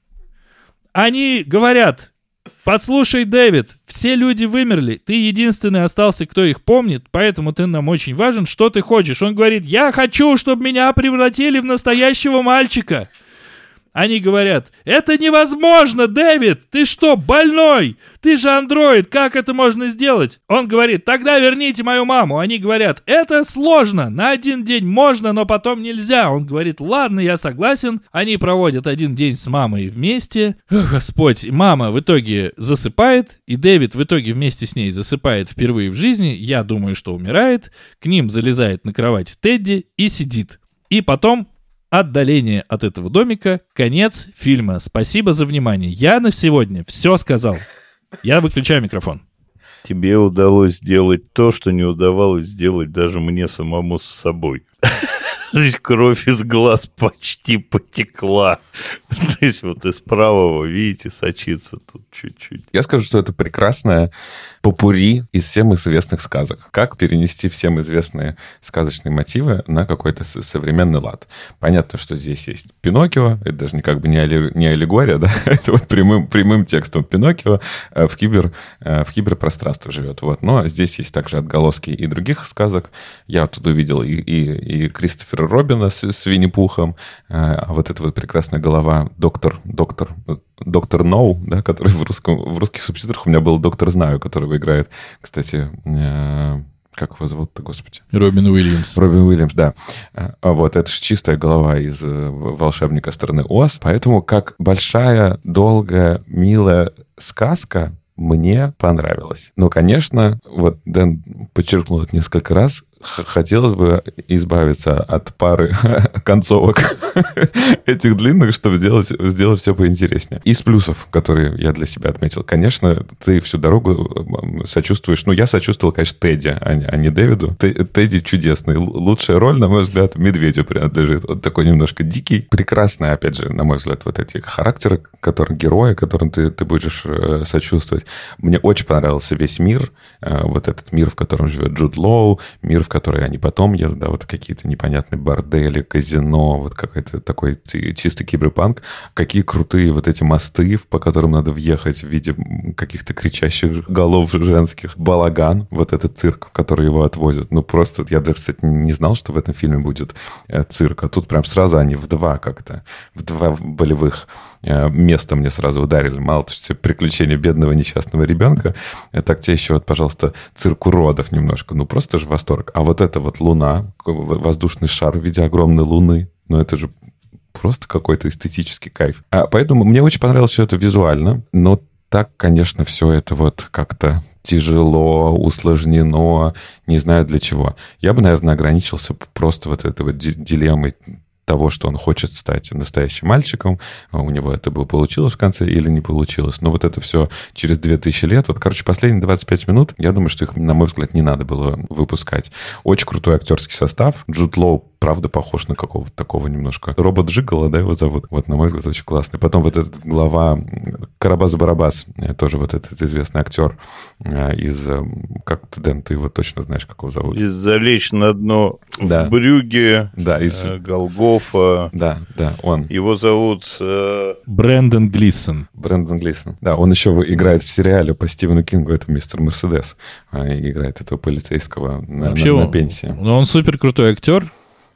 Они говорят: послушай, Дэвид, все люди вымерли. Ты единственный остался, кто их помнит. Поэтому ты нам очень важен. Что ты хочешь? Он говорит: я хочу, чтобы меня превратили в настоящего мальчика. Они говорят: это невозможно, Дэвид! Ты что, больной? Ты же андроид, как это можно сделать? Он говорит: тогда верните мою маму. Они говорят: это сложно, на один день можно, но потом нельзя. Он говорит: ладно, я согласен. Они проводят один день с мамой вместе. Ох, Господь, мама в итоге засыпает, и Дэвид в итоге вместе с ней засыпает впервые в жизни. Я думаю, что умирает. К ним залезает на кровать Тедди и сидит. И потом... отдаление от этого домика, конец фильма. Спасибо за внимание. Я на сегодня все сказал. Я выключаю микрофон. Тебе удалось сделать то, что не удавалось сделать даже мне самому с собой. Кровь из глаз почти потекла. То есть вот из правого, видите, сочится тут чуть-чуть. Я скажу, что это прекрасное попурри из всем известных сказок. Как перенести всем известные сказочные мотивы на какой-то современный лад. Понятно, что здесь есть Пиноккио. Это даже не как бы не, алли, не аллегория, да? Это вот прямым, прямым текстом Пиноккио в, кибер, в киберпространстве живет. Вот. Но здесь есть также отголоски и других сказок. Я тут увидел и, и, и Кристофера Робина с, с Винни-Пухом, а вот эта вот прекрасная голова доктор, доктор, доктор Ноу, да, который в, русском, в русских субтитрах у меня был доктор Знаю, которого играет, кстати, э, как его зовут-то, господи? Робин Уильямс. Робин Уильямс, да. Вот, это же чистая голова из «Волшебника страны Оз», поэтому как большая, долгая, милая сказка мне понравилось. Но, конечно, вот Дэн подчеркнул это несколько раз, хотелось бы избавиться от пары концовок этих длинных, чтобы сделать, сделать все поинтереснее. Из плюсов, которые я для себя отметил, конечно, ты всю дорогу сочувствуешь. Ну, я сочувствовал, конечно, Тедди, а не, а не Дэвиду. Тедди чудесный. Лучшая роль, на мой взгляд, медведю принадлежит. Он такой немножко дикий. Прекрасный, опять же, на мой взгляд, вот эти характеры, которые, герои, которым ты, ты будешь сочувствовать. Мне очень понравился весь мир. Вот этот мир, в котором живет Джуд Лоу, мир, в который они потом едут, да, вот какие-то непонятные бордели, казино, вот какой-то такой чистый киберпанк. Какие крутые вот эти мосты, по которым надо въехать в виде каких-то кричащих голов женских. Балаган, вот этот цирк, в который его отвозят. Ну, просто я даже, кстати, не знал, что в этом фильме будет цирк. А тут прям сразу они в два как-то, в два болевых места мне сразу ударили. Мало того, что приключения бедного несчастного ребенка, так тебе еще вот, пожалуйста, цирк уродов немножко. Ну, просто же восторг. А вот эта вот луна, воздушный шар в виде огромной луны, ну, это же просто какой-то эстетический кайф. А поэтому мне очень понравилось все это визуально, но так, конечно, все это вот как-то тяжело, усложнено, не знаю для чего. Я бы, наверное, ограничился просто вот этой вот дилеммой того, что он хочет стать настоящим мальчиком, у него это бы получилось в конце или не получилось. Но вот это все через две тысячи лет. Вот, короче, последние двадцать пять минут, я думаю, что их, на мой взгляд, не надо было выпускать. Очень крутой актерский состав. Джуд Лоу, правда, похож на какого-то такого немножко робот Жигала, да, его зовут. Вот, на мой взгляд, очень классный. Потом вот этот глава Карабас-Барабас, тоже вот этот известный актер из... Как ты, Дэн, ты его точно знаешь, как его зовут? Из «Залечь на дно да. в брюге», да, из... Голгоф. Да, да, он. Его зовут... Э... Брэндон Глисон. Брэндон Глисон. Да, он еще играет в сериале по Стивену Кингу, это «Мистер Мерседес». Играет этого полицейского на, на, на пенсии. Но он супер крутой актер.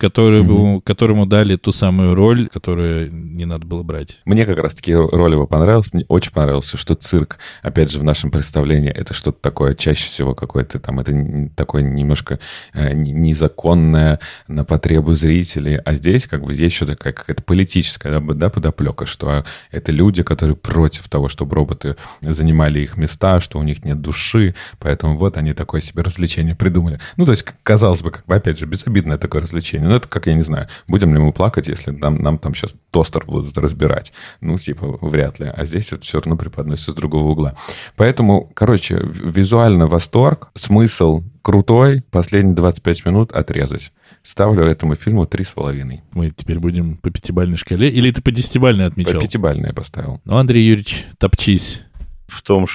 которому, mm-hmm. которому дали ту самую роль, которую не надо было брать. Мне как раз-таки роль его понравилась. Мне очень понравилось, что цирк, опять же, в нашем представлении, это что-то такое, чаще всего какое-то там, это такое немножко э, незаконное на потребу зрителей. А здесь как бы есть еще такая какая-то политическая, да, да, подоплека, что это люди, которые против того, чтобы роботы занимали их места, что у них нет души, поэтому вот они такое себе развлечение придумали. Ну, то есть, казалось бы, как бы, опять же, безобидное такое развлечение. Но это, как я не знаю, будем ли мы плакать, если нам, нам там сейчас тостер будут разбирать. Ну, типа, вряд ли. А здесь это все равно преподносится с другого угла. Поэтому, короче, визуально восторг, смысл крутой, последние двадцать пять минут отрезать. Ставлю этому фильму три с половиной. Мы теперь будем по пятибалльной шкале? Или ты по десятибалльной отмечал? По пятибалльной я поставил. Ну, Андрей Юрьевич, топчись. В том,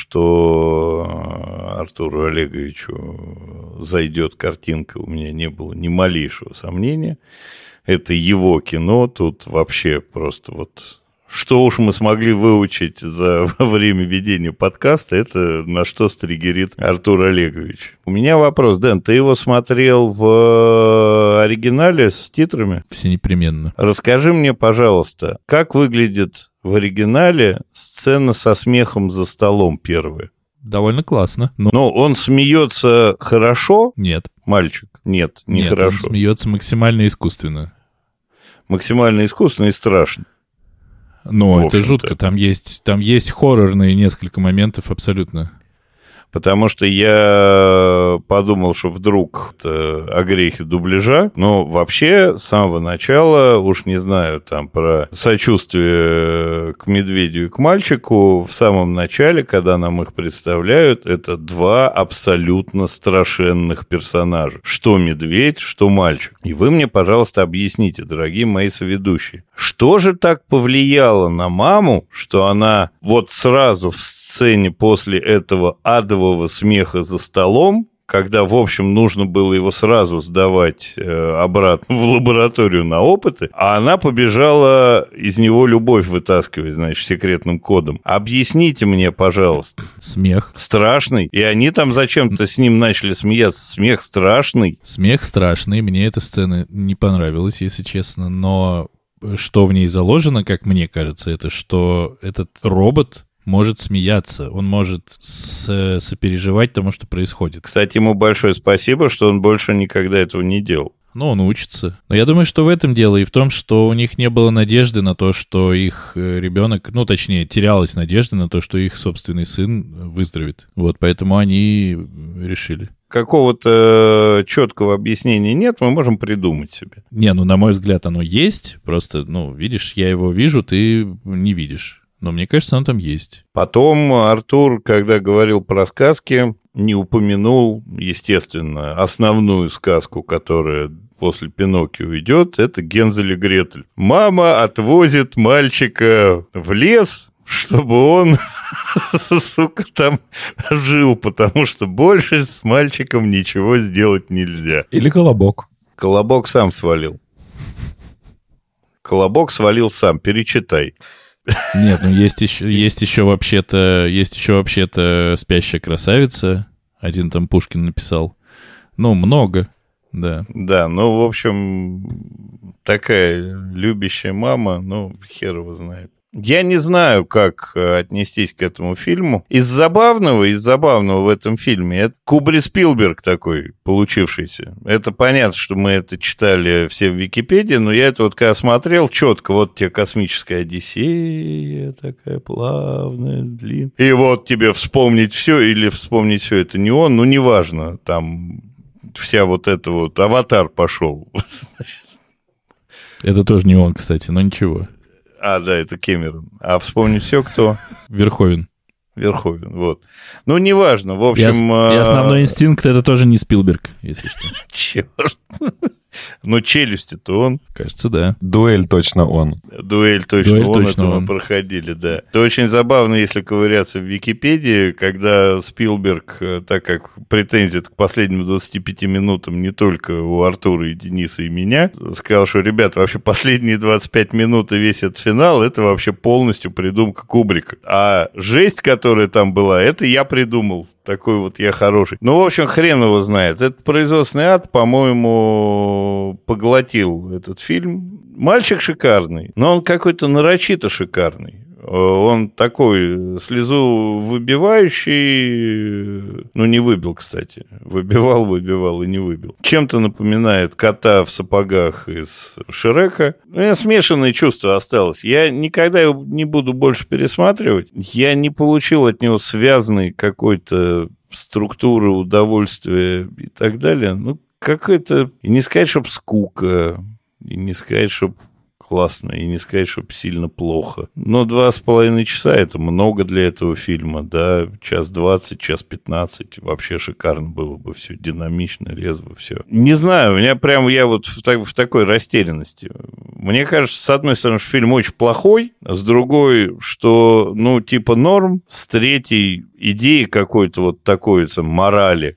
что Артуру Олеговичу зайдет картинка, у меня не было ни малейшего сомнения. Это его кино, тут вообще просто вот... Что уж мы смогли выучить за время ведения подкаста, это на что стригерит Артур Олегович. У меня вопрос, Дэн, ты его смотрел в оригинале с титрами? Все непременно. Расскажи мне, пожалуйста, как выглядит в оригинале сцена со смехом за столом первая? Довольно классно. Но, но он смеется хорошо? Нет. Мальчик? Нет, не Нет, хорошо. Он смеется максимально искусственно. Максимально искусственно и страшно. Но это жутко. Там есть, там есть хоррорные несколько моментов абсолютно. Потому что я подумал, что вдруг это огрехи дубляжа. Но вообще, с самого начала, уж не знаю, там про сочувствие к медведю и к мальчику, в самом начале, когда нам их представляют, это два абсолютно страшенных персонажа. Что медведь, что мальчик. И вы мне, пожалуйста, объясните, дорогие мои соведущие, что же так повлияло на маму, что она вот сразу в сцене после этого адового смеха за столом, когда, в общем, нужно было его сразу сдавать э, обратно в лабораторию на опыты, а она побежала из него любовь вытаскивать, значит, секретным кодом. Объясните мне, пожалуйста. Смех. Страшный. И они там зачем-то с ним начали смеяться. Смех страшный. Смех страшный. Мне эта сцена не понравилась, если честно, но что в ней заложено, как мне кажется, это что этот робот может смеяться, он может с- сопереживать тому, что происходит. Кстати, ему большое спасибо, что он больше никогда этого не делал. Ну, он учится. Но я думаю, что в этом дело и в том, что у них не было надежды на то, что их ребенок, ну, точнее, терялась надежда на то, что их собственный сын выздоровеет. Вот, поэтому они решили. Какого-то четкого объяснения нет, мы можем придумать себе. Не, ну, на мой взгляд, оно есть. Просто, ну, видишь, я его вижу, ты не видишь. Но мне кажется, он там есть. Потом Артур, когда говорил про сказки, не упомянул, естественно, основную сказку, которая после Пиноккио идет, это Гензель и Гретель. Мама отвозит мальчика в лес, чтобы он, сука, там жил, потому что больше с мальчиком ничего сделать нельзя. Или Колобок. Колобок сам свалил. Колобок свалил сам, перечитай. Нет, ну есть еще, есть еще вообще-то, есть еще вообще-то «Спящая красавица». Один там Пушкин написал. Ну, много, да. Да, ну, в общем, такая любящая мама, ну, хер его знает. Я не знаю, как отнестись к этому фильму. Из забавного, из забавного в этом фильме это Кубри Спилберг такой получившийся. Это понятно, что мы это читали все в Википедии, но я это вот когда смотрел, четко, вот тебе космическая Одиссея, такая плавная, длинная. И вот тебе вспомнить все или вспомнить все это не он, ну, неважно, там вся вот эта вот аватар пошел. Это тоже не он, кстати, но ничего. А, да, это Кэмерон. А вспомнить все, кто? Верховен. Верховен, вот. Ну, неважно, в общем... И, ос- и основной инстинкт — это тоже не Спилберг, если что. Черт. Но челюсти-то он. Кажется, да. Дуэль точно он. Дуэль точно Дуэль он, точно это он. мы проходили, да. Это очень забавно, если ковыряться в Википедии, когда Спилберг, так как претензит к последним двадцати пяти минутам не только у Артура и Дениса и меня, сказал, что, ребят, вообще последние двадцать пять минут и весь этот финал, это вообще полностью придумка Кубрика. А жесть, которая там была, это я придумал. Такой вот я хороший. Ну, в общем, хрен его знает. Это производственный ад, по-моему, поглотил этот фильм. Мальчик шикарный, но он какой-то нарочито шикарный. Он такой слезу выбивающий, ну, не выбил, кстати. Выбивал, выбивал и не выбил. Чем-то напоминает кота в сапогах из Шрека. У меня смешанные чувства осталось. Я никогда его не буду больше пересматривать. Я не получил от него связанной какой-то структуры, удовольствия и так далее. Ну, какой-то... И не сказать, чтоб скука, и не сказать, чтоб классно, и не сказать, чтобы сильно плохо. Но два с половиной часа — это много для этого фильма, да, час двадцать, час пятнадцать, вообще шикарно было бы все, динамично, резво все. Не знаю, у меня прям, я вот в, так, в такой растерянности. Мне кажется, с одной стороны, что фильм очень плохой, а с другой, что, ну, типа норм, с третьей идеей какой-то вот такой, там, морали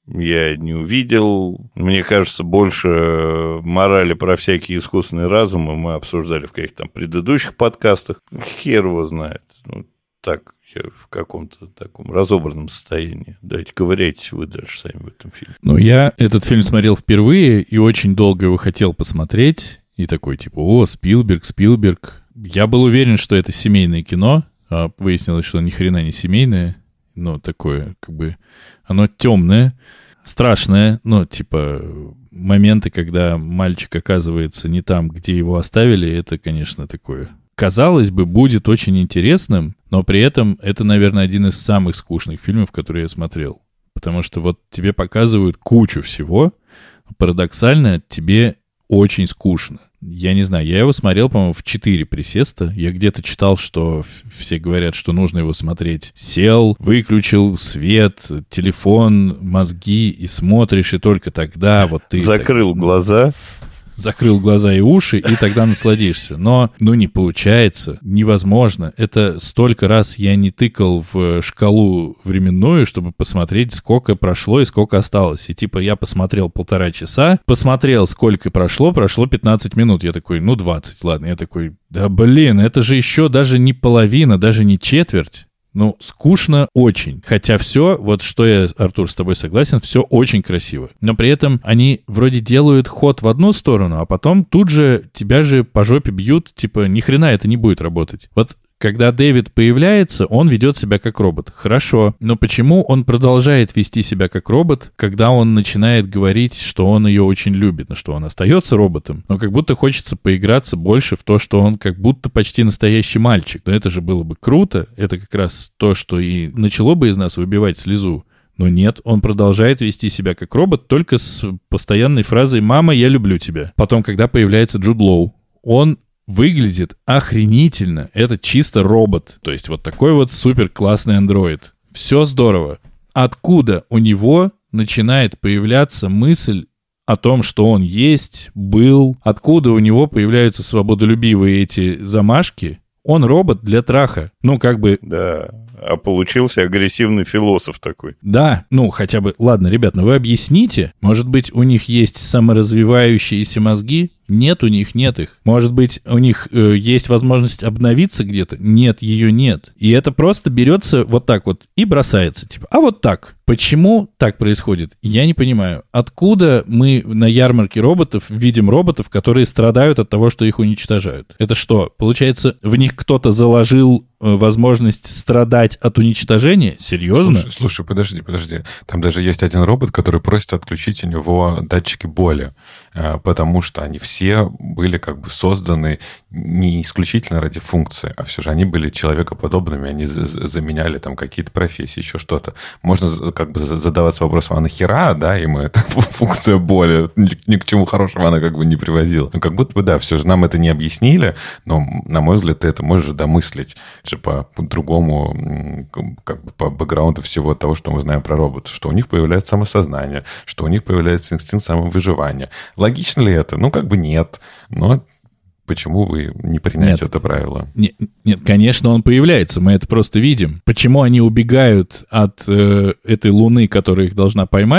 я не увидел. Мне кажется, больше морали про всякие искусственные разумы мы обсуждали в каких-то там предыдущих подкастах. Хер его знает. Ну, так, я в каком-то таком разобранном состоянии. Давайте ковыряйтесь вы дальше сами в этом фильме. Ну, я этот фильм смотрел впервые и очень долго его хотел посмотреть. И такой, типа, о, Спилберг, Спилберг. Я был уверен, что это семейное кино, а выяснилось, что ни хрена не семейное. Ну, такое, как бы, оно темное, страшное, ну, типа, моменты, когда мальчик оказывается не там, где его оставили, это, конечно, такое. Казалось бы, будет очень интересным, но при этом это, наверное, один из самых скучных фильмов, которые я смотрел. Потому что вот тебе показывают кучу всего, парадоксально, тебе очень скучно. Я не знаю, я его смотрел, по-моему, в четыре присеста. Я где-то читал, что все говорят, что нужно его смотреть. Сел, выключил свет, телефон, мозги и смотришь, и только тогда вот ты... Закрыл так, глаза. Закрыл глаза и уши, и тогда насладишься. Но, ну, не получается, невозможно. Это столько раз я не тыкал в шкалу временную, чтобы посмотреть, сколько прошло и сколько осталось. И типа я посмотрел полтора часа, посмотрел, сколько прошло, прошло пятнадцать минут. Я такой, ну, двадцать, ладно. Я такой, да блин, это же еще даже не половина, даже не четверть. Ну, скучно очень. Хотя все, вот что я, Артур, с тобой согласен, все очень красиво. Но при этом они вроде делают ход в одну сторону, а потом тут же тебя же по жопе бьют, типа, ни хрена это не будет работать. Вот когда Дэвид появляется, он ведет себя как робот. Хорошо. Но почему он продолжает вести себя как робот, когда он начинает говорить, что он ее очень любит, но что он остается роботом? Но как будто хочется поиграться больше в то, что он как будто почти настоящий мальчик. Но это же было бы круто. Это как раз то, что и начало бы из нас выбивать слезу. Но нет, он продолжает вести себя как робот, только с постоянной фразой «Мама, я люблю тебя». Потом, когда появляется Джуд Лоу, он выглядит охренительно. Это чисто робот. То есть вот такой вот супер классный андроид. Все здорово. Откуда у него начинает появляться мысль о том, что он есть, был? Откуда у него появляются свободолюбивые эти замашки? Он робот для траха. Ну, как бы... Да, а получился агрессивный философ такой. Да, ну, хотя бы... Ладно, ребят, ну вы объясните. Может быть, у них есть саморазвивающиеся мозги? Нет, у них нет их. Может быть, у них э, есть возможность обновиться где-то? Нет, ее нет. И это просто берется вот так вот и бросается. Типа, а вот так. Почему так происходит? Я не понимаю. Откуда мы на ярмарке роботов видим роботов, которые страдают от того, что их уничтожают? Это что, получается, в них кто-то заложил э, возможность страдать от уничтожения? Серьезно? Слушай, слушай, подожди, подожди. Там даже есть один робот, который просит отключить у него датчики боли, э, потому что они все все были как бы созданы не исключительно ради функции, а все же они были человекоподобными, они заменяли там какие-то профессии, еще что-то. Можно как бы задаваться вопросом, а нахера, да, ему эта функция боли, ни, ни к чему хорошему она как бы не приводила. Ну, как будто бы, да, все же нам это не объяснили, но, на мой взгляд, ты это можешь домыслить же по, по другому, как бы по бэкграунду всего того, что мы знаем про роботов, что у них появляется самосознание, что у них появляется инстинкт самовыживания. Логично ли это? Ну, как бы нет, но почему вы не приняете это правило? Нет, нет, конечно, он появляется, мы это просто видим. Почему они убегают от э, этой Луны, которая их должна поймать?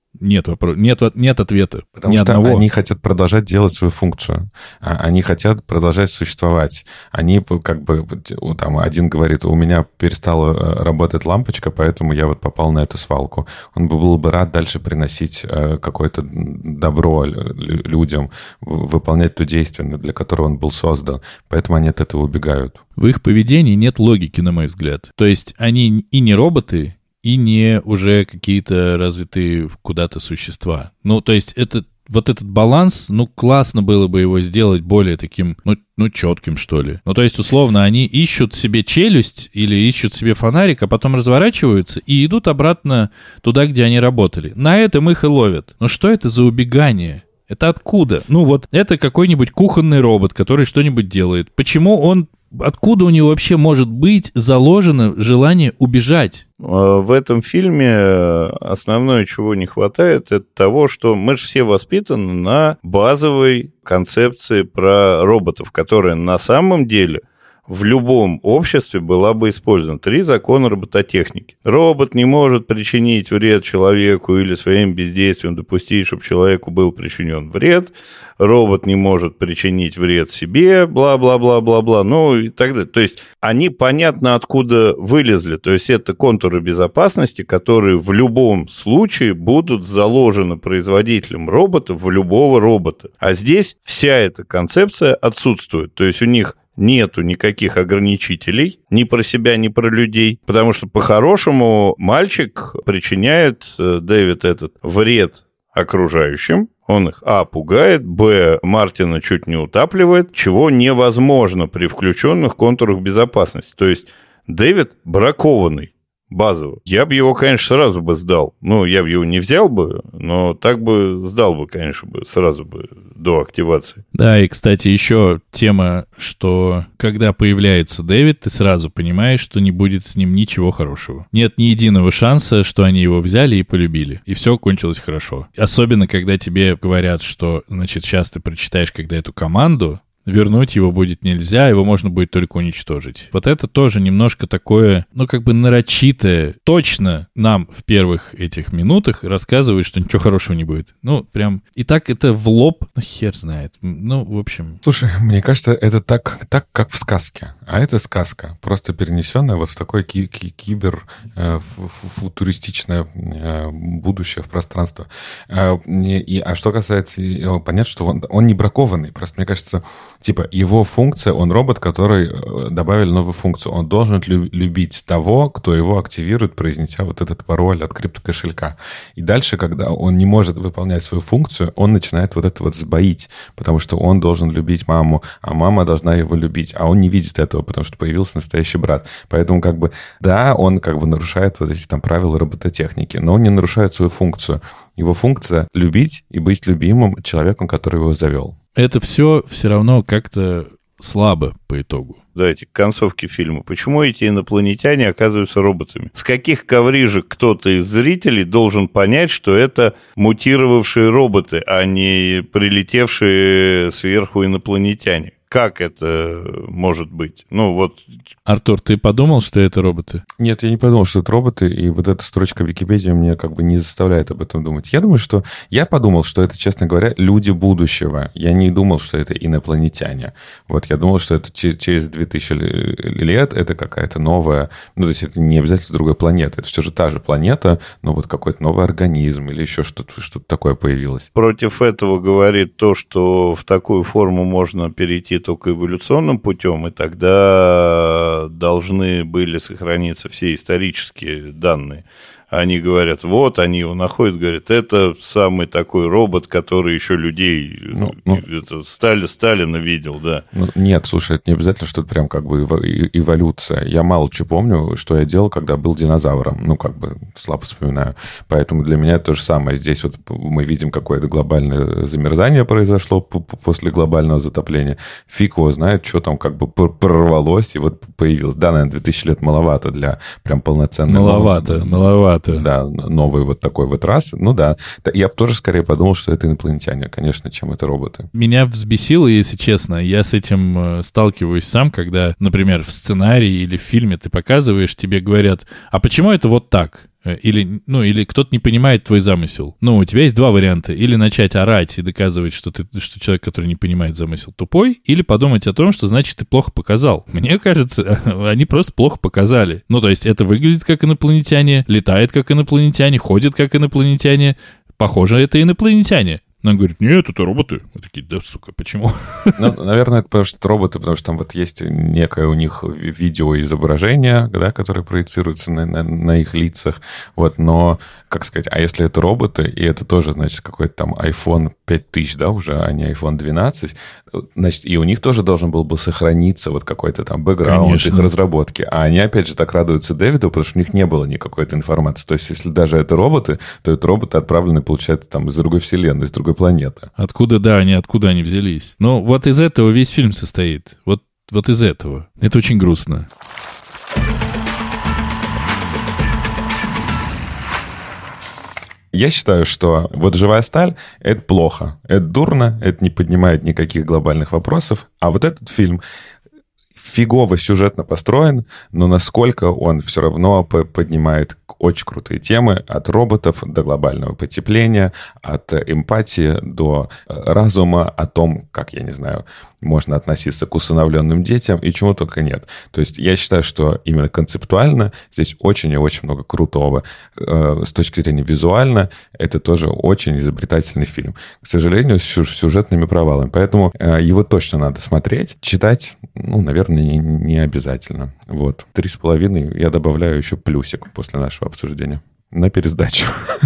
Нет, вопро... нет, нет ответа. Потому Ни что одного. Они хотят продолжать делать свою функцию. Они хотят продолжать существовать. Они как бы... Там один говорит, у меня перестала работать лампочка, поэтому я вот попал на эту свалку. Он бы был бы рад дальше приносить какое-то добро людям, выполнять то действие, для которого он был создан. Поэтому они от этого убегают. В их поведении нет логики, на мой взгляд. То есть они и не роботы, и не уже какие-то развитые куда-то существа. Ну, то есть это, вот этот баланс, ну, классно было бы его сделать более таким, ну, ну, четким, что ли. Ну, то есть, условно, они ищут себе челюсть или ищут себе фонарик, а потом разворачиваются и идут обратно туда, где они работали. На этом их и ловят. Но что это за убегание? Это откуда? Ну, вот это какой-нибудь кухонный робот, который что-нибудь делает. Почему он... Откуда у него вообще может быть заложено желание убежать? В этом фильме основное, чего не хватает, это того, что мы же все воспитаны на базовой концепции про роботов, которая на самом деле в любом обществе была бы использована. Три закона робототехники. Робот не может причинить вред человеку или своим бездействием допустить, чтобы человеку был причинен вред. Робот не может причинить вред себе, бла-бла-бла-бла-бла, ну и так далее. То есть они понятно откуда вылезли. То есть это контуры безопасности, которые в любом случае будут заложены производителем робота в любого робота. А здесь вся эта концепция отсутствует. То есть у них нету никаких ограничителей ни про себя, ни про людей, потому что по-хорошему мальчик причиняет, Дэвид этот, вред окружающим. Он их, а, пугает, б, Мартина чуть не утапливает, чего невозможно при включенных контурах безопасности. То есть Дэвид бракованный. Базово. Я бы его, конечно, сразу бы сдал. Ну, я бы его не взял бы, но так бы сдал бы, конечно, бы сразу бы до активации. Да, и, кстати, еще тема, что когда появляется Дэвид, ты сразу понимаешь, что не будет с ним ничего хорошего. Нет ни единого шанса, что они его взяли и полюбили. И все кончилось хорошо. Особенно, когда тебе говорят, что, значит, сейчас ты прочитаешь, когда эту команду, вернуть его будет нельзя, его можно будет только уничтожить. Вот это тоже немножко такое, ну, как бы нарочитое. Точно нам в первых этих минутах рассказывают, что ничего хорошего не будет. Ну, прям... И так это в лоб, ну, хер знает. Ну, в общем... Слушай, мне кажется, это так, так как в сказке. А это сказка, просто перенесенная вот в такое ки- ки- кибер э, футуристичное э, будущее в пространство. А, и, а что касается... Понятно, что он, он не бракованный. Просто, мне кажется... Типа, его функция, он робот, который добавили новую функцию. Он должен лю- любить того, кто его активирует, произнеся вот этот пароль от криптокошелька. И дальше, когда он не может выполнять свою функцию, он начинает вот это вот сбоить, потому что он должен любить маму, а мама должна его любить. А он не видит этого, потому что появился настоящий брат. Поэтому, как бы, да, он как бы нарушает вот эти там правила робототехники, но он не нарушает свою функцию. Его функция — любить и быть любимым человеком, который его завел. Это все все равно как-то слабо по итогу. Давайте к концовке фильма. Почему эти инопланетяне оказываются роботами? С каких коврижек кто-то из зрителей должен понять, что это мутировавшие роботы, а не прилетевшие сверху инопланетяне? Как это может быть? Ну, вот... Артур, ты подумал, что это роботы? Нет, я не подумал, что это роботы, и вот эта строчка в Википедии мне как бы не заставляет об этом думать. Я думаю, что... Я подумал, что это, честно говоря, люди будущего. Я не думал, что это инопланетяне. Вот, я думал, что это через две тысячи лет это какая-то новая... Ну, то есть это не обязательно другая планета. Это все же та же планета, но вот какой-то новый организм или еще что-то, что-то такое появилось. Против этого говорит то, что в такую форму можно перейти только эволюционным путем, и тогда должны были сохраниться все исторические данные. Они говорят, вот, они его находят, говорят, это самый такой робот, который еще людей, ну, ну, это Стали, Сталина видел, да. Ну, нет, слушай, это не обязательно, что это прям как бы эволюция. Я мало что помню, что я делал, когда был динозавром. Ну, как бы слабо вспоминаю. Поэтому для меня это то же самое. Здесь вот мы видим, какое-то глобальное замерзание произошло после глобального затопления. Фиг его знает, что там как бы прорвалось, и вот появилось. Да, наверное, две тысячи лет маловато для прям полноценного... Маловато, маловато. Да, новый вот такой вот раз. Ну да, я бы тоже скорее подумал, что это инопланетяне, конечно, чем это роботы. Меня взбесило, если честно. Я с этим сталкиваюсь сам, когда, например, в сценарии или в фильме ты показываешь, тебе говорят, а почему это вот так? Или, ну, или кто-то не понимает твой замысел. Ну, у тебя есть два варианта. Или начать орать и доказывать, что, ты, что человек, который не понимает замысел, тупой, или подумать о том, что, значит, ты плохо показал. Мне кажется, они просто плохо показали. Ну, то есть это выглядит как инопланетяне, летает как инопланетяне, ходит как инопланетяне. Похоже, это инопланетяне. Но он говорит, нет, это роботы. Мы такие, да, сука, почему? Ну, наверное, это потому что это роботы, потому что там вот есть некое у них видеоизображение, да, которое проецируется на, на, на их лицах. Вот, но, как сказать, а если это роботы, и это тоже, значит, какой-то там айфон пять тысяч, да, уже, а не айфон двенадцать, значит, и у них тоже должен был бы сохраниться вот какой-то там бэкграунд Конечно. их разработки. А они, опять же, так радуются Дэвиду, потому что у них не было никакой этой информации. То есть, если даже это роботы, то это роботы отправлены, получается, там из другой вселенной, из другой планеты. Откуда, да, они откуда они взялись? Ну, вот из этого весь фильм состоит. Вот, вот из этого. Это очень грустно. Я считаю, что вот «Живая сталь» — это плохо, это дурно, это не поднимает никаких глобальных вопросов. А вот этот фильм фигово сюжетно построен, но насколько он все равно поднимает очень крутые темы от роботов до глобального потепления, от эмпатии до разума, о том, как, я не знаю, можно относиться к усыновленным детям и чему только нет. То есть я считаю, что именно концептуально здесь очень и очень много крутого. С точки зрения визуально это тоже очень изобретательный фильм. К сожалению, с сюжетными провалами. Поэтому его точно надо смотреть. Читать, ну, наверное, не, не обязательно. Вот. Три с половиной я добавляю еще плюсик после нашего обсуждения на пересдачу.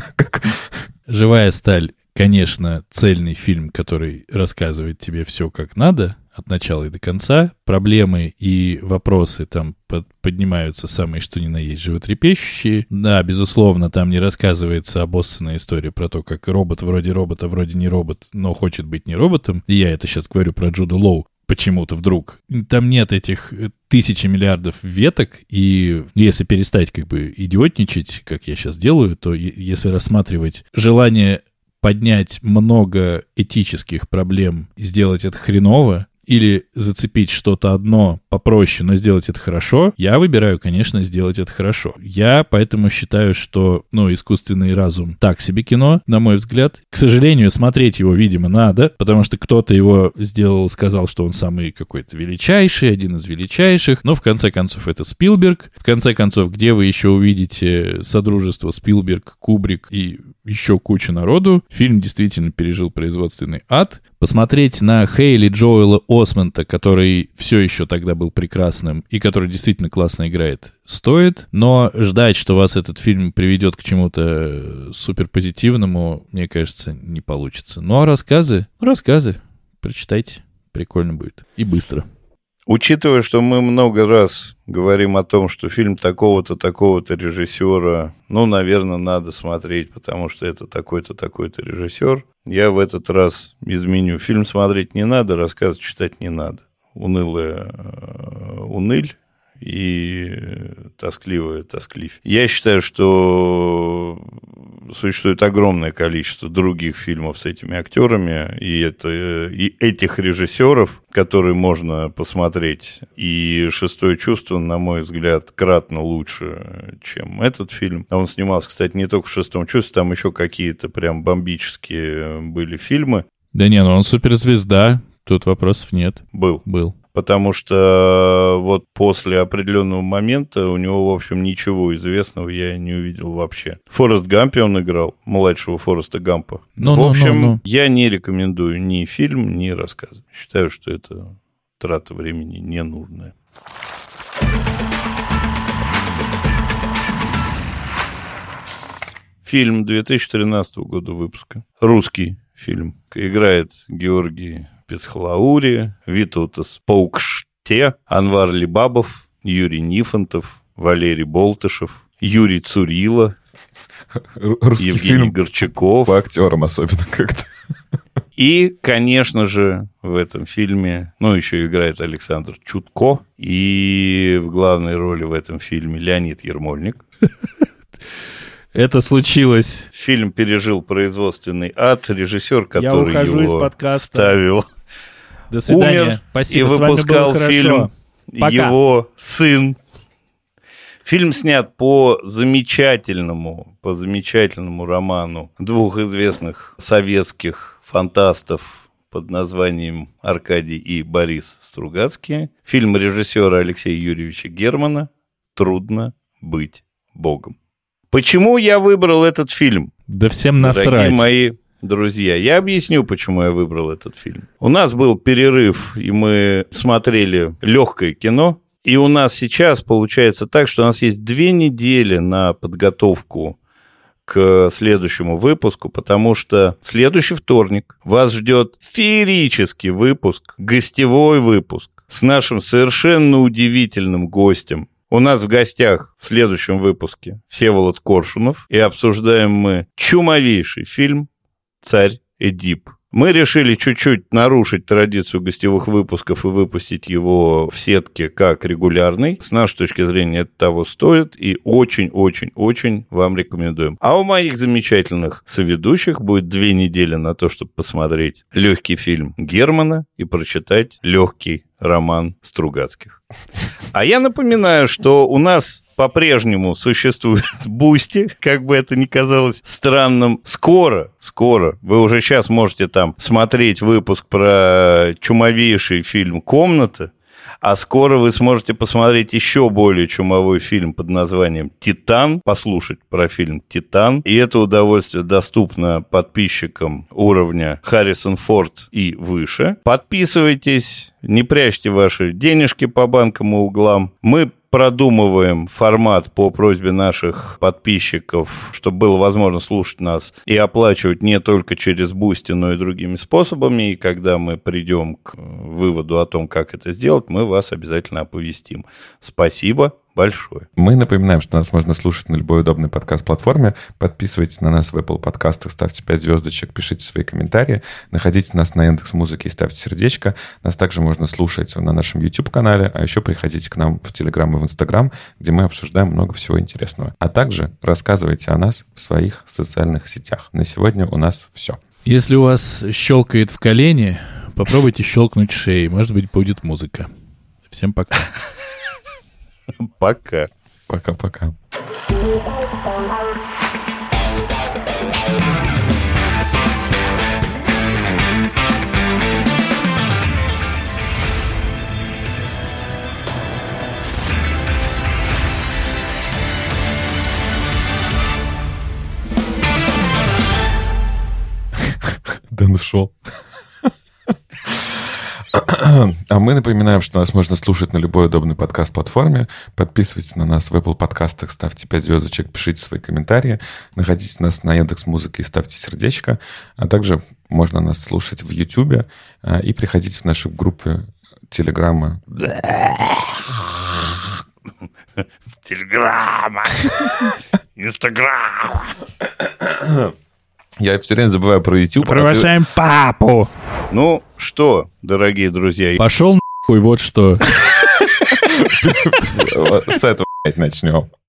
«Живая сталь», конечно, цельный фильм, который рассказывает тебе все как надо, от начала и до конца. Проблемы и вопросы там под, поднимаются самые что ни на есть животрепещущие. Да, безусловно, там не рассказывается обоссанная история про то, как робот вроде робота, вроде не робот, но хочет быть не роботом. И я это сейчас говорю про Джуда Лоу. Почему-то вдруг. Там нет этих тысячи миллиардов веток, и если перестать как бы идиотничать, как я сейчас делаю, то если рассматривать желание поднять много этических проблем и сделать это хреново, или зацепить что-то одно попроще, но сделать это хорошо, я выбираю, конечно, сделать это хорошо. Я поэтому считаю, что, ну, искусственный разум так себе кино, на мой взгляд. К сожалению, смотреть его, видимо, надо, потому что кто-то его сделал, сказал, что он самый какой-то величайший, один из величайших, но в конце концов это Спилберг. В конце концов, где вы еще увидите содружество Спилберг, Кубрик и еще куча народу? Фильм действительно пережил производственный ад. Посмотреть на Хейли Джоэла Осмента, который все еще тогда был прекрасным и который действительно классно играет, стоит. Но ждать, что вас этот фильм приведет к чему-то суперпозитивному, мне кажется, не получится. Ну а рассказы? Рассказы. Прочитайте. Прикольно будет. И быстро. Учитывая, что мы много раз говорим о том, что фильм такого-то, такого-то режиссера, ну, наверное, надо смотреть, потому что это такой-то, такой-то режиссер, я в этот раз изменю. Фильм смотреть не надо, рассказ читать не надо. Унылая уныль и тоскливая тоскливь. Я считаю, что существует огромное количество других фильмов с этими актерами, и, это, и этих режиссеров, которые можно посмотреть. И «Шестое чувство», на мой взгляд, кратно лучше, чем этот фильм. Он снимался, кстати, не только в «Шестом чувстве», там еще какие-то прям бомбические были фильмы. Да не, ну он суперзвезда, тут вопросов нет. Был. Был. Потому что вот после определенного момента у него, в общем, ничего известного я не увидел вообще. В «Форест Гампе» он играл, младшего Фореста Гампа. Ну, в ну, общем, ну, ну. я не рекомендую ни фильм, ни рассказ. Считаю, что это трата времени ненужная. Фильм две тысячи тринадцатого года выпуска. Русский фильм. Играет Георгий Песхлаури, Витаутас Паукште, Анвар Либабов, Юрий Нифонтов, Валерий Болтышев, Юрий Цурила, Русский Евгений фильм Горчаков. По актерам особенно как-то. И, конечно же, в этом фильме, ну, еще играет Александр Чутко, и в главной роли в этом фильме Леонид Ермольник. Это случилось. Фильм пережил производственный ад. Режиссер, который ухожу из его подкаста. ставил, До свидания. умер Спасибо. и С вами было выпускал хорошо. фильм Пока. его сын. Фильм снят по замечательному, по замечательному роману двух известных советских фантастов под названием Аркадий и Борис Стругацкие. Фильм режиссера Алексея Юрьевича Германа «Трудно быть Богом». Почему я выбрал этот фильм? Да всем насрать. Дорогие мои друзья, я объясню, почему я выбрал этот фильм. У нас был перерыв, и мы смотрели легкое кино. И у нас сейчас получается так, что у нас есть две недели на подготовку к следующему выпуску, потому что в следующий вторник вас ждет феерический выпуск, гостевой выпуск с нашим совершенно удивительным гостем. У нас в гостях в следующем выпуске Всеволод Коршунов, и обсуждаем мы чумовейший фильм «Царь Эдип». Мы решили чуть-чуть нарушить традицию гостевых выпусков и выпустить его в сетке как регулярный. С нашей точки зрения это того стоит, и очень-очень-очень вам рекомендуем. А у моих замечательных соведущих будет две недели на то, чтобы посмотреть легкий фильм Германа и прочитать легкий роман Стругацких. А я напоминаю, что у нас по-прежнему существует Бусти, как бы это ни казалось странным. Скоро, скоро, вы уже сейчас можете там смотреть выпуск про чумовейший фильм «Комната», а скоро вы сможете посмотреть еще более чумовой фильм под названием «Титан», послушать про фильм «Титан». И это удовольствие доступно подписчикам уровня Харрисон Форд и выше. Подписывайтесь, не прячьте ваши денежки по банкам и углам. Мы продумываем формат по просьбе наших подписчиков, чтобы было возможно слушать нас и оплачивать не только через Бусти, но и другими способами. И когда мы придем к выводу о том, как это сделать, мы вас обязательно оповестим. Спасибо большое. Мы напоминаем, что нас можно слушать на любой удобной подкаст-платформе. Подписывайтесь на нас в Apple подкастах, ставьте пять звездочек, пишите свои комментарии. Находите нас на Яндекс.Музыке и ставьте сердечко. Нас также можно слушать на нашем YouTube-канале, а еще приходите к нам в Telegram и в Instagram, где мы обсуждаем много всего интересного. А также рассказывайте о нас в своих социальных сетях. На сегодня у нас все. Если у вас щелкает в колене, попробуйте щелкнуть шеей. Может быть, будет музыка. Всем пока. Пока. Пока-пока. Дэн ушел. А мы напоминаем, что нас можно слушать на любой удобной подкаст-платформе. Подписывайтесь на нас в Apple подкастах, ставьте пять звездочек, пишите свои комментарии. Находите нас на Яндекс.Музыке и ставьте сердечко. А также можно нас слушать в YouTube и приходите в нашу группу Телеграма. Телеграма. Инстаграма. Я все время забываю про YouTube. Провожаем папу. Ну что, дорогие друзья. Пошел нахуй, вот что. С этого начнем.